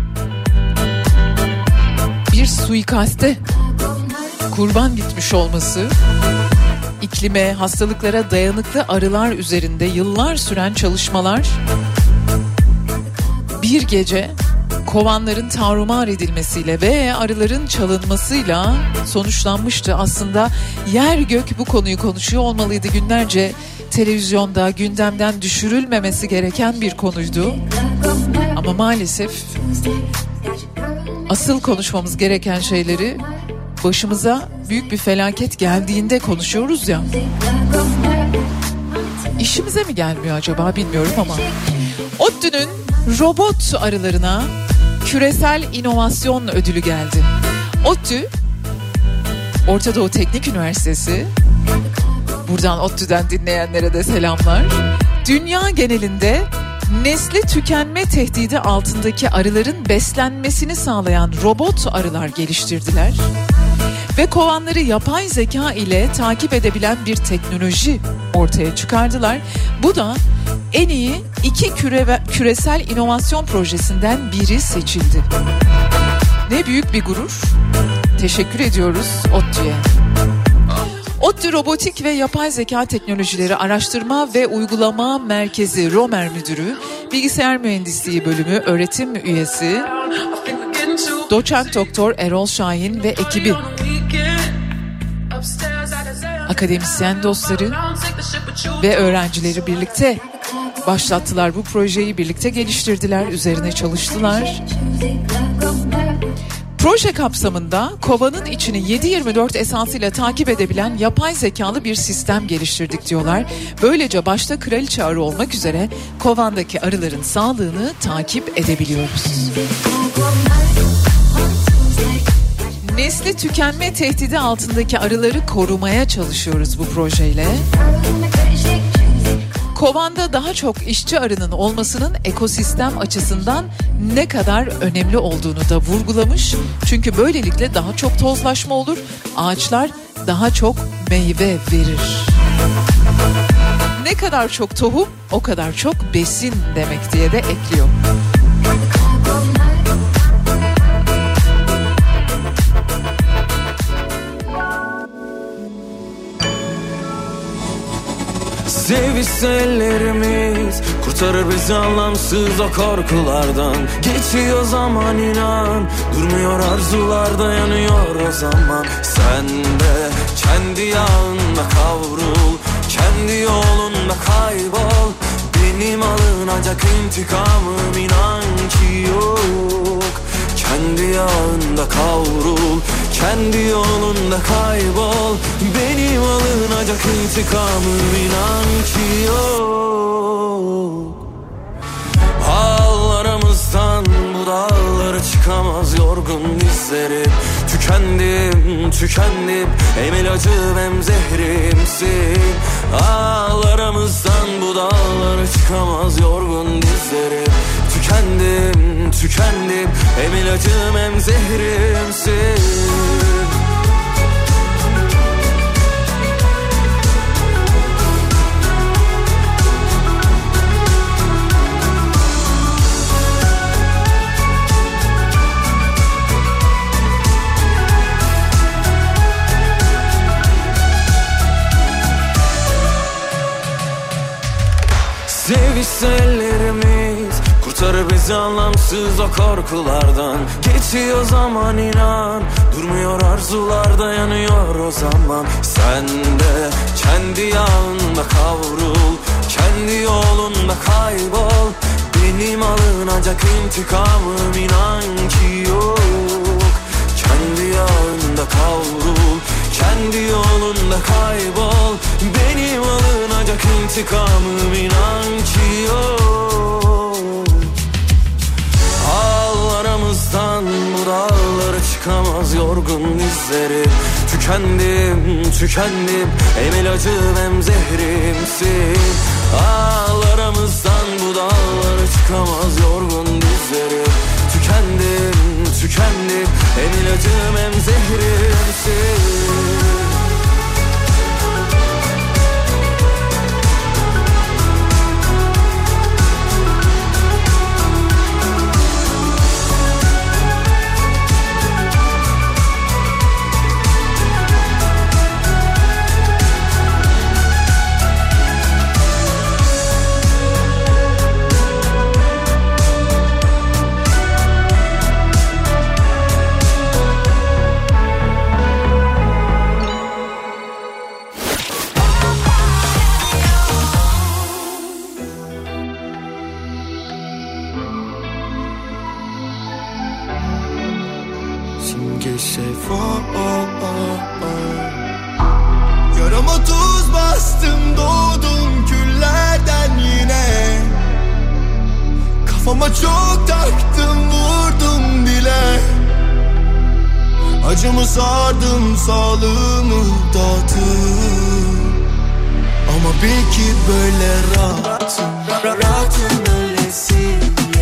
bir suikaste kurban gitmiş olması. İklime, hastalıklara dayanıklı arılar üzerinde yıllar süren çalışmalar bir gece kovanların tarumar edilmesiyle ve arıların çalınmasıyla sonuçlanmıştı. Aslında yer gök bu konuyu konuşuyor olmalıydı. Günlerce televizyonda gündemden düşürülmemesi gereken bir konuydu. Ama maalesef asıl konuşmamız gereken şeyleri başımıza büyük bir felaket geldiğinde konuşuyoruz ya. İşimize mi gelmiyor acaba bilmiyorum ama ODTÜ'nün robot arılarına küresel inovasyon ödülü geldi. ODTÜ, Orta Doğu Teknik Üniversitesi, buradan ODTÜ'den dinleyenlere de selamlar. Dünya genelinde nesli tükenme tehdidi altındaki arıların beslenmesini sağlayan robot arılar geliştirdiler. Ve kovanları yapay zeka ile takip edebilen bir teknoloji ortaya çıkardılar. Bu da en iyi iki küre ve küresel inovasyon projesinden biri seçildi. Ne büyük bir gurur. Teşekkür ediyoruz ODTÜ'ye. ODTÜ Robotik ve Yapay Zeka Teknolojileri Araştırma ve Uygulama Merkezi Romer Müdürü, Bilgisayar Mühendisliği Bölümü öğretim üyesi Doçent Doktor Erol Şahin ve ekibi, akademisyen dostları ve öğrencileri birlikte başlattılar bu projeyi, birlikte geliştirdiler, üzerine çalıştılar. Proje kapsamında kovanın içini yedi yirmi dört esasıyla takip edebilen yapay zekalı bir sistem geliştirdik diyorlar. Böylece başta kraliçe arı olmak üzere kovandaki arıların sağlığını takip edebiliyoruz. Nesli tükenme tehdidi altındaki arıları korumaya çalışıyoruz bu projeyle. Kovanda daha çok işçi arının olmasının ekosistem açısından ne kadar önemli olduğunu da vurgulamış. Çünkü böylelikle daha çok tozlaşma olur, ağaçlar daha çok meyve verir. Ne kadar çok tohum, o kadar çok besin demek diye de ekliyor. Sevişse ellerimiz kurtarır bizi anlamsız o korkulardan. Geçiyor zaman inan, durmuyor arzular, dayanıyor o zaman. Sen de kendi yağında kavrul, kendi yolunda kaybol. Benim alınacak intikamım inan ki yok. Kendi yağında kavrul, kendi yolunda kaybol. Benim alınacak intikamım inan ki yok. Ağlarımızdan bu dağlara çıkamaz yorgun dizlerim. Tükendim, tükendim, hem ilacım hem zehrimsin. Ağlarımızdan bu dağlara çıkamaz yorgun dizlerim. Tükendim, tükendim, hem ilacım hem zehrimsin. Sevişse ellerimiz kurtarır bizi anlamsız o korkulardan. Geçiyor zaman inan, durmuyor arzular, dayanıyor o zaman. Sen de kendi yağında kavrul, kendi yolunda kaybol. Benim alınacak intikamım inan ki yok. Kendi yağında kavrul, kendi yolunda kaybol. Benim alınacak intikamım inan ki yok. çıkamaz yorgun dizlerim. Tükendim, tükendim, hem ilacım hem zehrimsin. Ağlarımızdan bu dağlara çıkamaz yorgun dizlerim. Tükendim, tükendim, hem ilacım hem zehrimsin. Yarama tuz bastım, doğdum küllerden yine. Kafama çok taktım, vurdum bile. Acımı sardım, sağlığımı dağıttım. Ama bil ki böyle rahatım, rahatım öylesi.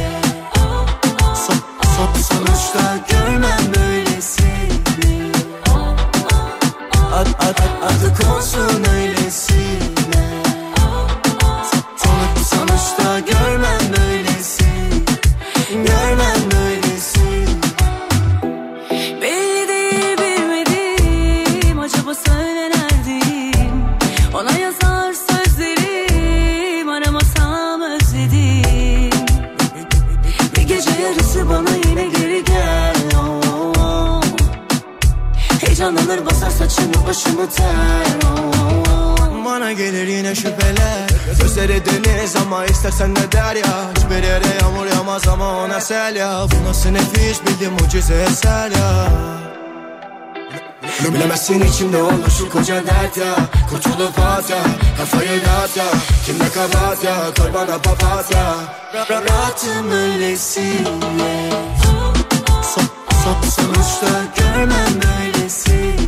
So- so- sonuçta görmem böylesini. Ad, ad, ad, adı konsun öylesine. Sonuç, sonuçta görmem böylesini. Görmem böylesini. Belli değil bilmediğim, acaba söyle neredeyim? Ona yazar sözlerim, aramasam özledim. Bir gece yarısı bana yine geri gel. Oh, oh. Heyecanlanır basar saçımı başımı ter. Oh, oh. Bana gelir yine şüpheler. Gözleri deniz ama istersen ne der ya. Hiçbir yere yağmur yağmaz ama ona sel ya. Bu nasıl nefis bildiğim mucize eser ya. Bilemezsin içimde olur şu koca dert ya. Kurtulup at ya, kafayı dağıt ya. Kimde kabahat ya, koy bana papatya. Rahatım öylesine. So, so, sonuçta görmem böylesini.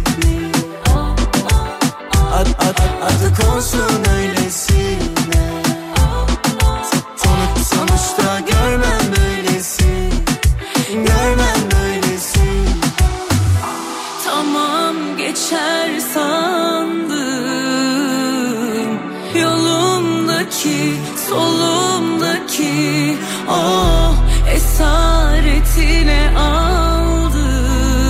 Ad, ad, ad, adı konsun öylesine. Sonuç, sonuçta görmem böylesini. Görmem böylesini. Tamam geçer sandım, yolumdaki solumdaki o esaretine aldı.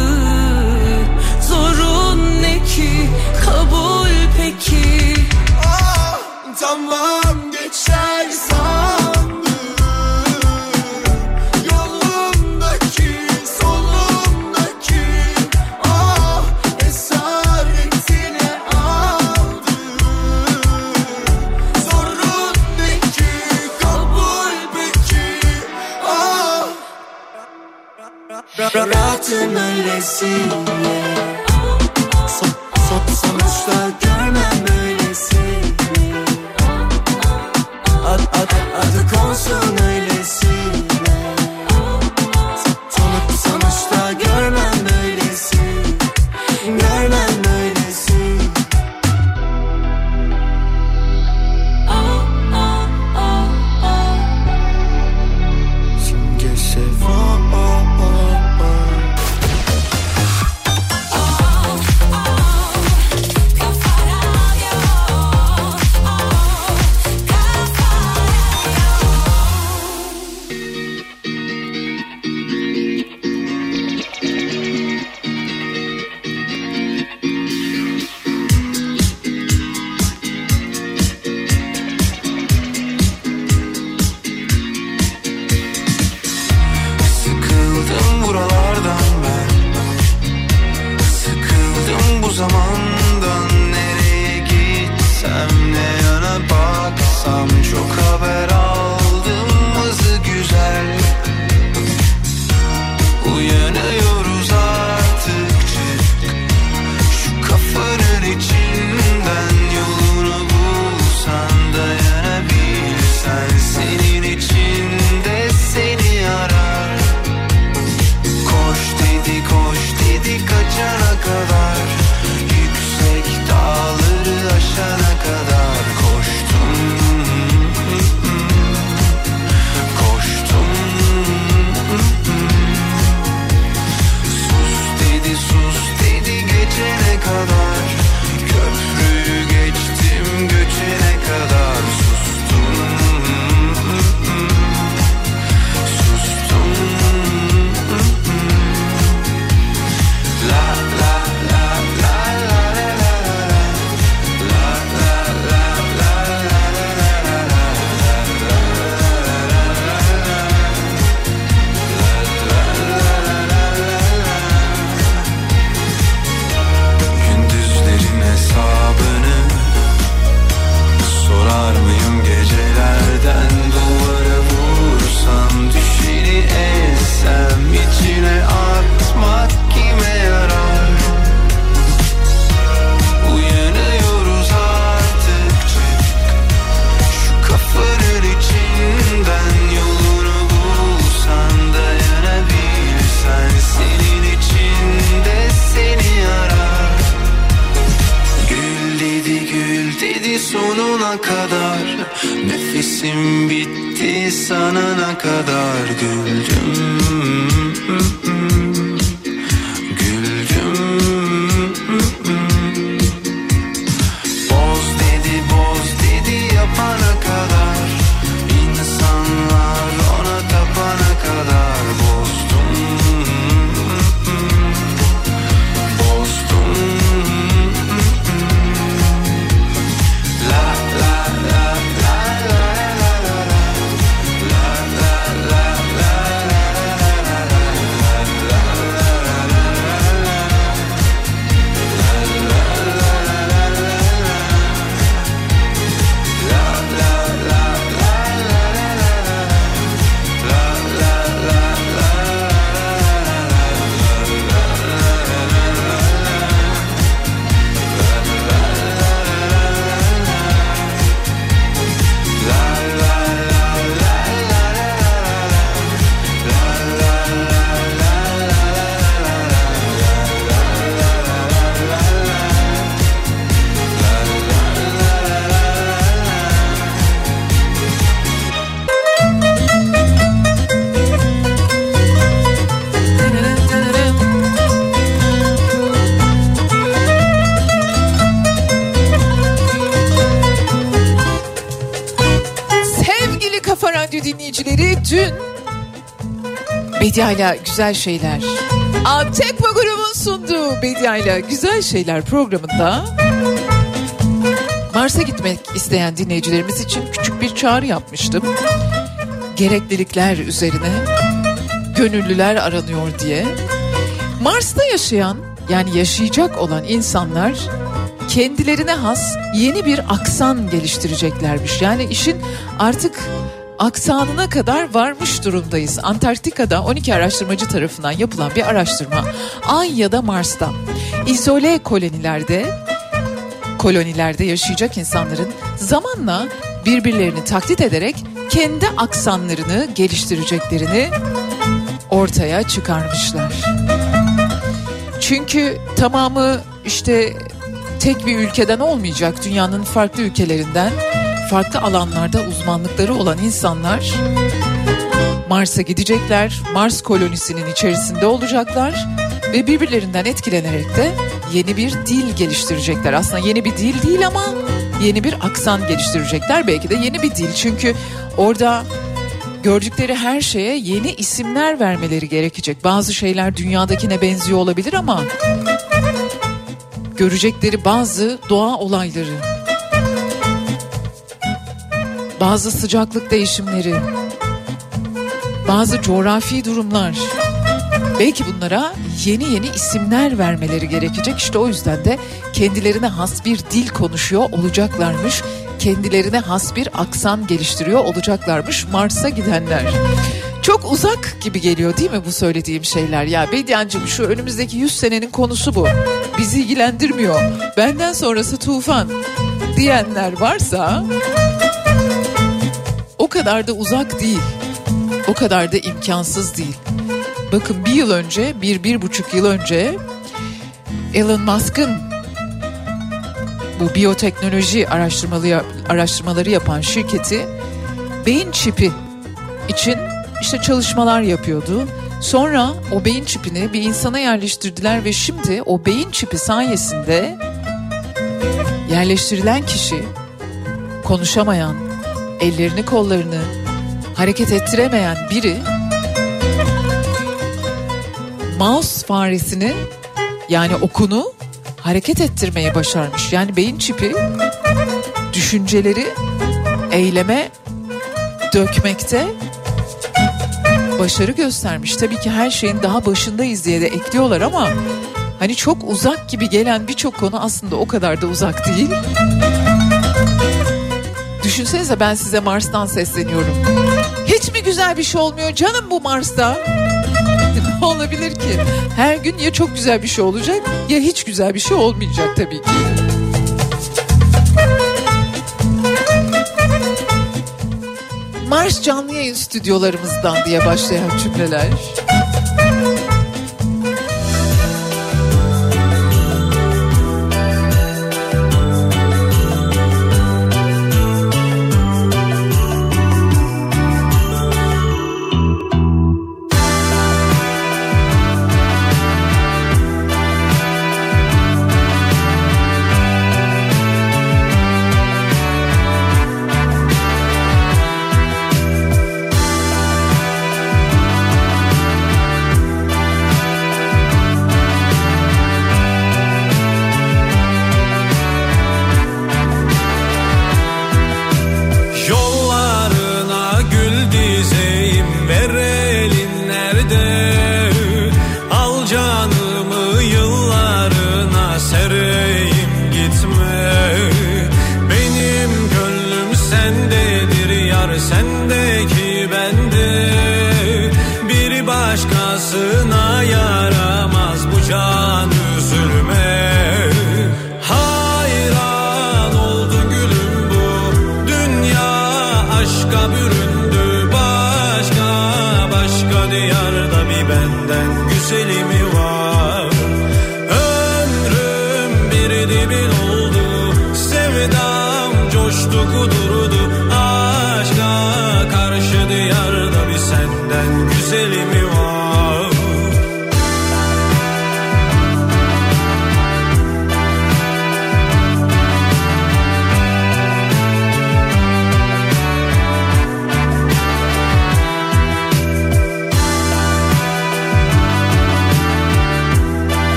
Zorun ne ki, kabul peki. Ah, tamam geçer sandım, yolumdaki solumdaki ah esaretine aldı. Zorun ne ki, kabul peki. Ah, rahatım öylesine. So, so, sonuçta görmem böylesini. Ad, ad, adı konsun öylesine. Sonuç, sonuçta görmem böylesini. Görmem böylesini. Simge Sefa. dedi kaçana kadar, yüksek dağları aşana kadar koştum, koştum. Sus dedi, sus dedi geçene kadar, köprüyü geçtim göçene kadar sustum, sustum. La la la la la la la la la gündüzlerin hesabını sorar mıyım gecelerden, duvara vursam düşeni ezsem içine atmak kime yarar? Uyanıyoruz artık, çık şu kafanın içinden, yolunu bulsan dayanabilsen, senin içinde seni arar. Gül dedi, gül dedi sonuna kadar, nefesim bitti sanana kadar güldüm, güldüm. Boz dedi, boz dedi yapana kadar, insanlar ona tapana kadar bozdum, bozdum. La la la la la la la la la la Sevgili Kafa Radyo dinleyicileri, dün Bedia'yla Güzel Şeyler, Tekma grubun sunduğu Bedia'yla Güzel Şeyler programında Mars'a gitmek isteyen dinleyicilerimiz için küçük bir çağrı yapmıştım. Gereklilikler üzerine gönüllüler aranıyor diye. Mars'ta yaşayan, yani yaşayacak olan insanlar kendilerine has yeni bir aksan geliştireceklermiş. Yani işin artık aksanına kadar varmış durumdayız. Antarktika'da on iki araştırmacı tarafından yapılan bir araştırma, Ay ya da Mars'ta izole kolonilerde kolonilerde yaşayacak insanların zamanla birbirlerini taklit ederek kendi aksanlarını geliştireceklerini ortaya çıkarmışlar. Çünkü tamamı işte tek bir ülkeden olmayacak, dünyanın farklı ülkelerinden, farklı alanlarda uzmanlıkları olan insanlar Mars'a gidecekler, Mars kolonisinin içerisinde olacaklar ve birbirlerinden etkilenerek de yeni bir dil geliştirecekler. Aslında yeni bir dil değil ama yeni bir aksan geliştirecekler, belki de yeni bir dil. Çünkü orada gördükleri her şeye yeni isimler vermeleri gerekecek. Bazı şeyler dünyadakine benziyor olabilir ama görecekleri bazı doğa olayları, bazı sıcaklık değişimleri, bazı coğrafi durumlar, belki bunlara yeni yeni isimler vermeleri gerekecek. İşte o yüzden de kendilerine has bir dil konuşuyor olacaklarmış. Kendilerine has bir aksan geliştiriyor olacaklarmış Mars'a gidenler. Çok uzak gibi geliyor değil mi bu söylediğim şeyler? Ya Bediancığım, şu önümüzdeki yüz senenin konusu bu. Bizi ilgilendirmiyor. Benden sonrası tufan diyenler varsa o kadar da uzak değil. O kadar da imkansız değil. Bakın bir yıl önce, bir, bir buçuk yıl önce Elon Musk'ın bu biyoteknoloji araştırmaları, araştırmaları yapan şirketi beyin çipi için işte çalışmalar yapıyordu. Sonra o beyin çipini bir insana yerleştirdiler ve şimdi o beyin çipi sayesinde yerleştirilen kişi konuşamayan, ellerini kollarını hareket ettiremeyen biri mouse faresini yani okunu hareket ettirmeyi başarmış. Yani beyin çipi düşünceleri eyleme dökmekte başarı göstermiş. Tabii ki her şeyin daha başındayız diye de ekliyorlar ama hani çok uzak gibi gelen birçok konu aslında o kadar da uzak değil. Düşünsenize ben size Mars'tan sesleniyorum. Hiç mi güzel bir şey olmuyor canım bu Mars'ta? Ne olabilir ki? Her gün ya çok güzel bir şey olacak ya hiç güzel bir şey olmayacak tabii ki. Mars canlı yayın stüdyolarımızdan diye başlayan cümleler.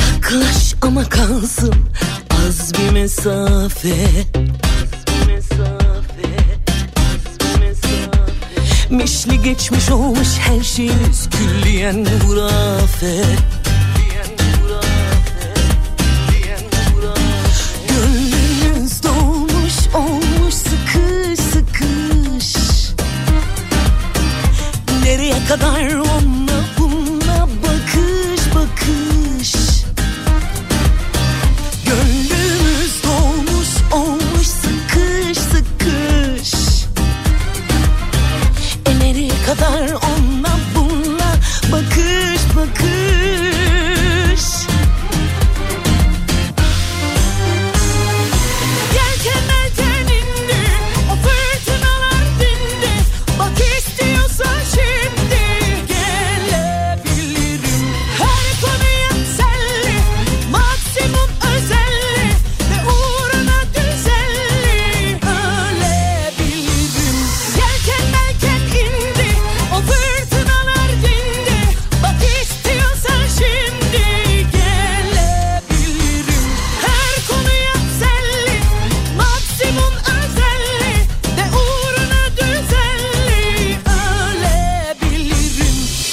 Yaklaş ama kalsın az bir mesafe, az bir mesafe. Mişli geçmiş olmuş her şeyimiz külliyen hurafe. Gönlümüz dolmuş olmuş sıkış sıkış. Nereye kadar onunla bununla bakış bakış. Gönlümüz dolmuş olmuş sıkış sıkış. E nereye kadar onunla bununla bakış bakış. Yelkenlerden indi, o fırtınalar dindi. Bak istiyorsan şimdi gelebilirim. Her konuya senli, maksimum özelli ve uğruna düzenli ölebilirim. Yelken melken indi, o fırtınalar dindi. Bak istiyorsan şimdi gelebilirim. Her konuya senli, maksimum özelli ve uğruna düzenli ölebilirim.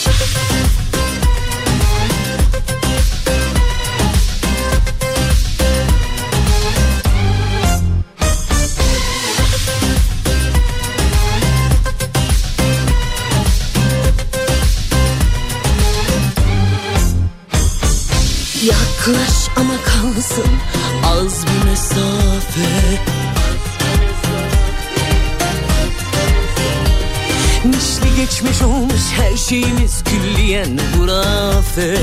Yaklaş ama kalsın az bir mesafe. Mişli geçmiş olmuş her şeyimiz külliyen hurafe.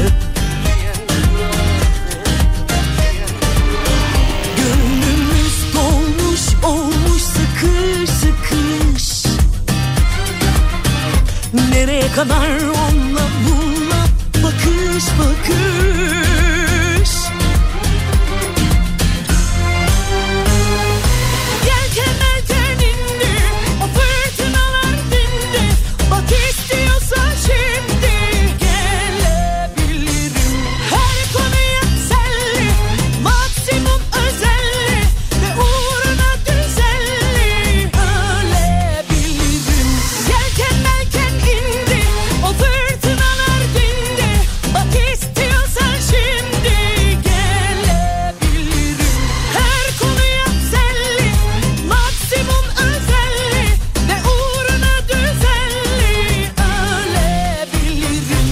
Gönlümüz dolmuş olmuş sıkış sıkış. Nereye kadar onunla bununla bakış bakış. Yelkenlerden indi, o fırtınalar dindi. Bak istiyorsan şimdi gelebilirim. Her konuya senli, maksimum özelli ve uğruna düzenli ölebilirim. Yelken melken indi, o fırtınalar dindi. Bak istiyorsan şimdi gelebilirim. Her konuya senli, maksimum özelli ve uğruna düzenli ölebilirim.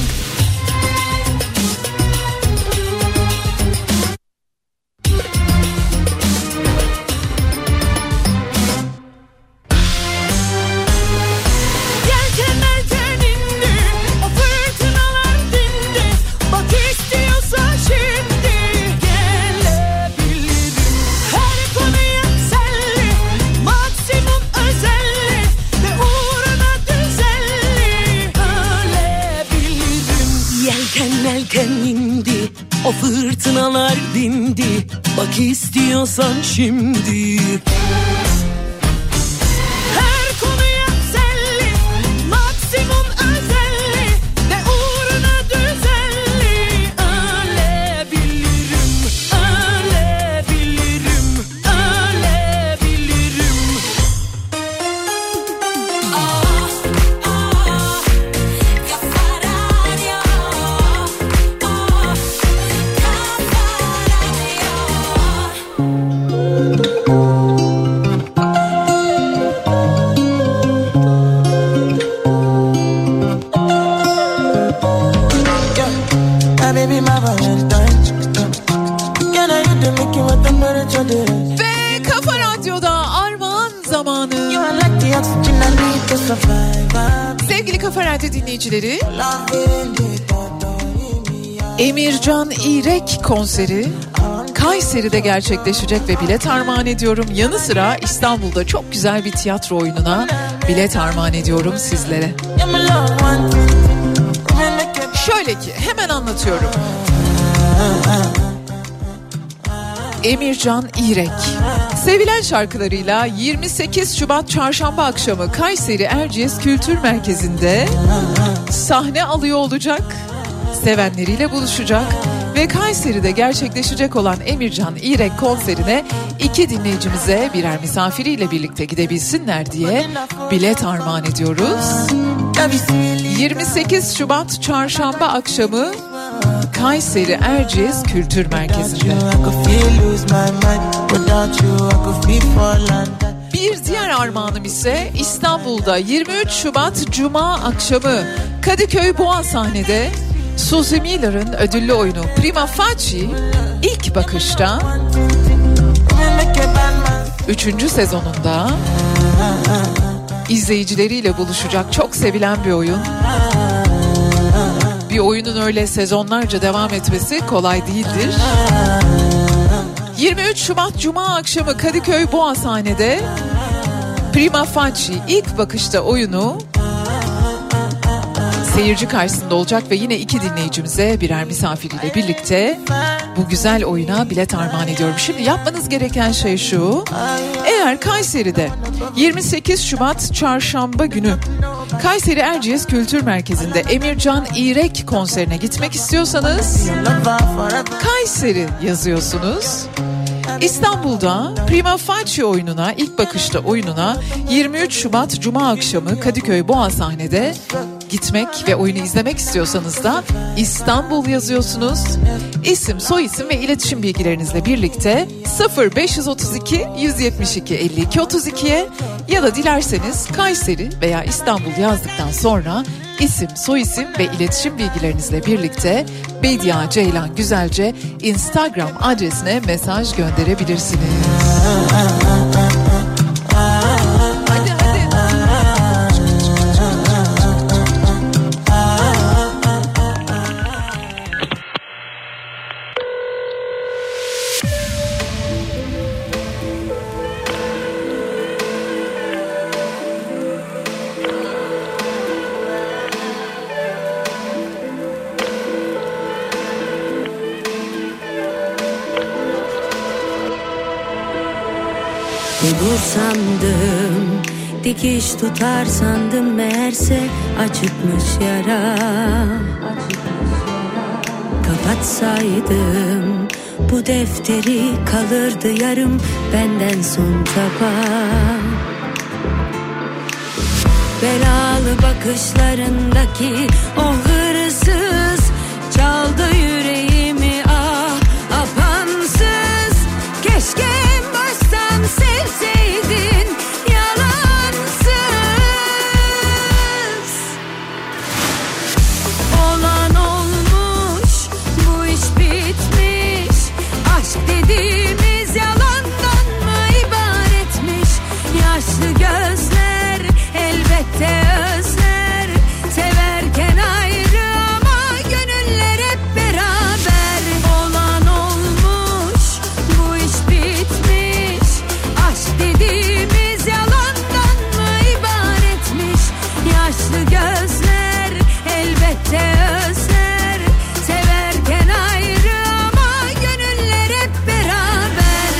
Yelkenlerden indi, o fırtınalar dindi. Bak istiyorsan şimdi gelebilirim. Her konuya senli, maksimum özelli ve uğruna düzenli ölebilirim. Yelken melken indi, o fırtınalar dindi. Bak istiyorsan şimdi. Her konuya senli, maksimum özelli ve uğruna düzenli ölebilirim, ölebilirim, ölebilirim. My baby, my Valentine. Can I hit the Mickey with the murder? Ve Kafa Radyo'da armağan zamanı. You are like the oxygen I need to survive. Sevgili Kafa Radyo dinleyicileri, Emircan İrek konseri Kayseri'de gerçekleşecek ve bilet armağan ediyorum. Yanı sıra İstanbul'da çok güzel bir tiyatro oyununa bilet armağan ediyorum sizlere. Şöyle ki hemen anlatıyorum. Emircan İrek sevilen şarkılarıyla yirmi sekiz Şubat Çarşamba akşamı Kayseri Erciyes Kültür Merkezi'nde sahne alıyor olacak. Sevenleriyle buluşacak ve Ve Kayseri'de gerçekleşecek olan Emircan İrek konserine iki dinleyicimize birer misafiriyle birlikte gidebilsinler diye bilet armağan ediyoruz. yirmi sekiz Şubat Çarşamba akşamı Kayseri Erciyes Kültür Merkezi'nde. Bir diğer armağanım ise İstanbul'da yirmi üç Şubat Cuma akşamı Kadıköy Boğa sahnede Suzy Miller'ın ödüllü oyunu Prima Facie ilk bakışta üçüncü sezonunda izleyicileriyle buluşacak çok sevilen bir oyun. Bir oyunun öyle sezonlarca devam etmesi kolay değildir. yirmi üç Şubat Cuma akşamı Kadıköy Boğa sahnede Prima Facie ilk bakışta oyunu seyirci karşısında olacak ve yine iki dinleyicimize birer misafiriyle birlikte bu güzel oyuna bilet armağan ediyorum. Şimdi yapmanız gereken şey şu: eğer Kayseri'de yirmi sekiz Şubat Çarşamba günü Kayseri Erciyes Kültür Merkezi'nde Emircan İrek konserine gitmek istiyorsanız Kayseri yazıyorsunuz. İstanbul'da Prima Facie oyununa, ilk bakışta oyununa yirmi üç Şubat Cuma akşamı Kadıköy Boğa sahnede gitmek ve oyunu izlemek istiyorsanız da İstanbul yazıyorsunuz. İsim, soyisim ve iletişim bilgilerinizle birlikte sıfır beş otuz iki yüz yetmiş iki elli iki otuz iki'ye ya da dilerseniz Kayseri veya İstanbul yazdıktan sonra isim, soyisim ve iletişim bilgilerinizle birlikte Bedia Ceylan Güzelce Instagram adresine mesaj gönderebilirsiniz. Hadi hadi. Dur sandım, dikiş tutar sandım, meğerse açıkmış yara. Kapatsaydım bu defteri, kalırdı yarım benden son çaba. Belalı bakışlarındaki o hırsız çaldı yüreğimi, ah apansız. Keşke baştan sevseydin yalansız. Olan olmuş, bu iş bitmiş. Aşk dediğimiz yalandan mı ibaretmiş? Yaşlı gözler elbette özler, severken ayrı ama gönüller hep beraber. Olan olmuş, bu iş bitmiş. Aşk dediğimiz yalandan mı ibaretmiş? Yaşlı gözler elbette özler, severken ayrı ama gönüller hep beraber.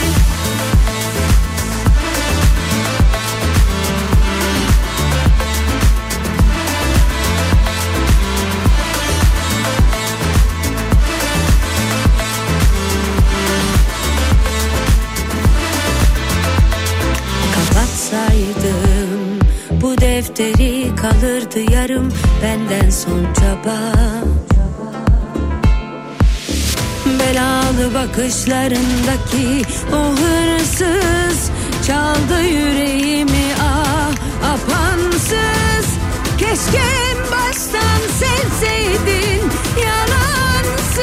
Kapatsaydım bu defteri, kalırdı yarım benden son çaba. Belalı bakışlarındaki o hırsız çaldı yüreğimi, ah apansız. Keşke en baştan sevseydin yalansız.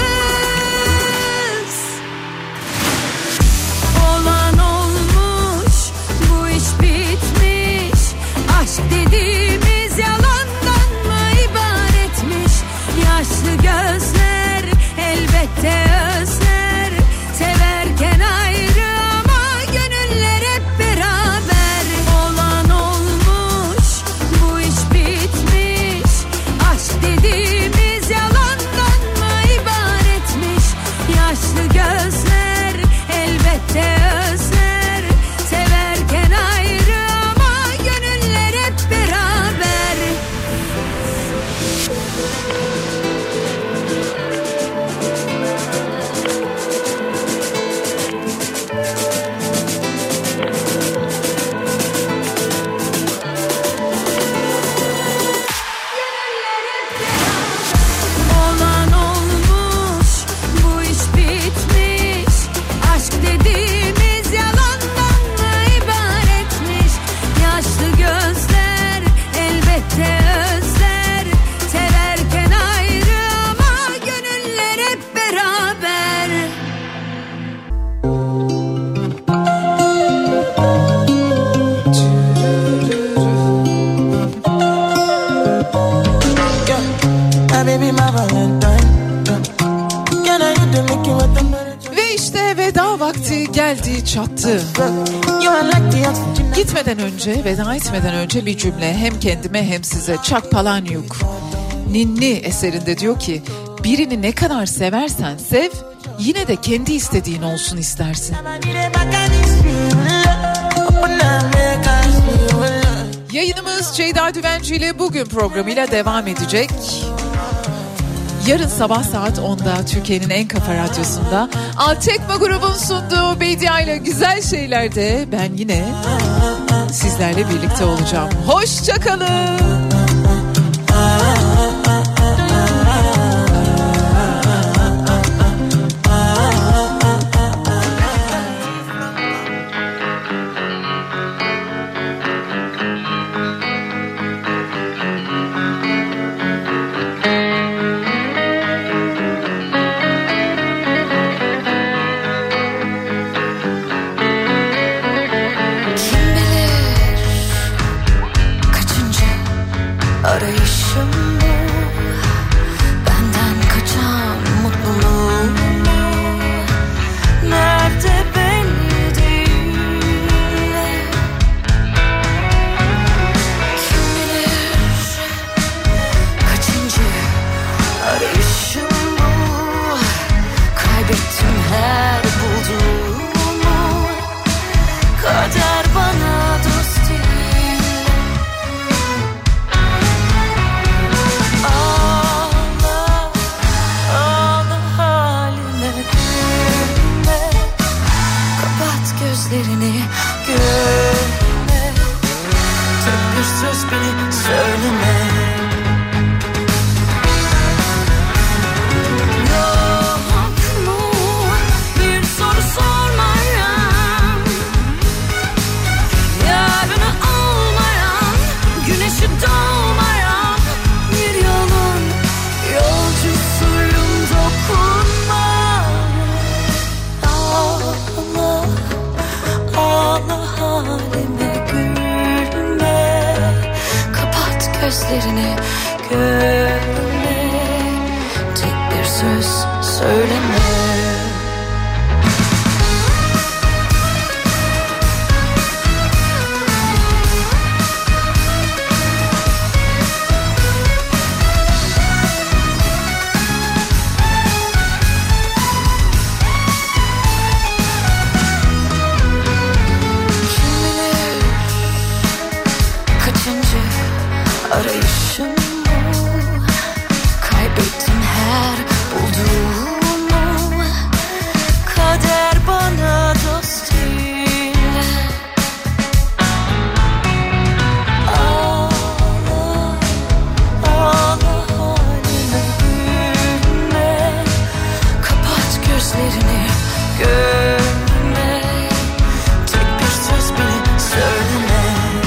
Olan olmuş, bu iş bitmiş. Aşk dediğimiz yalandan mı ibaretmiş? Yaşlı gözler elbette özler, severken ayrı ama gönüller hep beraber. çattı. Gitmeden önce, veda etmeden önce bir cümle hem kendime hem size. Chuck Palahniuk Ninni eserinde diyor ki, birini ne kadar seversen sev, yine de kendi istediğin olsun istersin. Yayınımız Ceyda Düvenci ile bugün programıyla devam edecek. Yarın sabah saat onda Türkiye'nin en kafa radyosunda Altekma grubun sunduğu Bediye ile Güzel Şeyler'de ben yine sizlerle birlikte olacağım. Hoşça kalın. Gözlerini görme, tek bir söz söyleme. Arayışım bu, kaybettim her bulduğumu. Kader bana dost değil. Ağla, ağla halime gülme. Kapat gözlerini görme. Tek bir söz bile söyleme.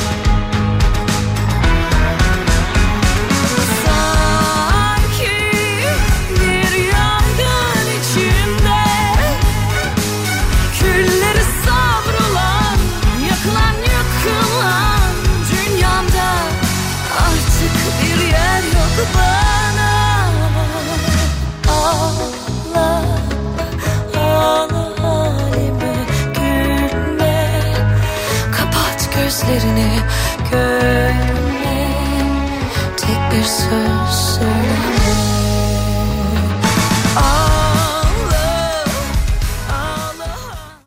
Bana ağla, ağla halime gülme. Kapat gözlerini görme. Tek bir söz söyleme.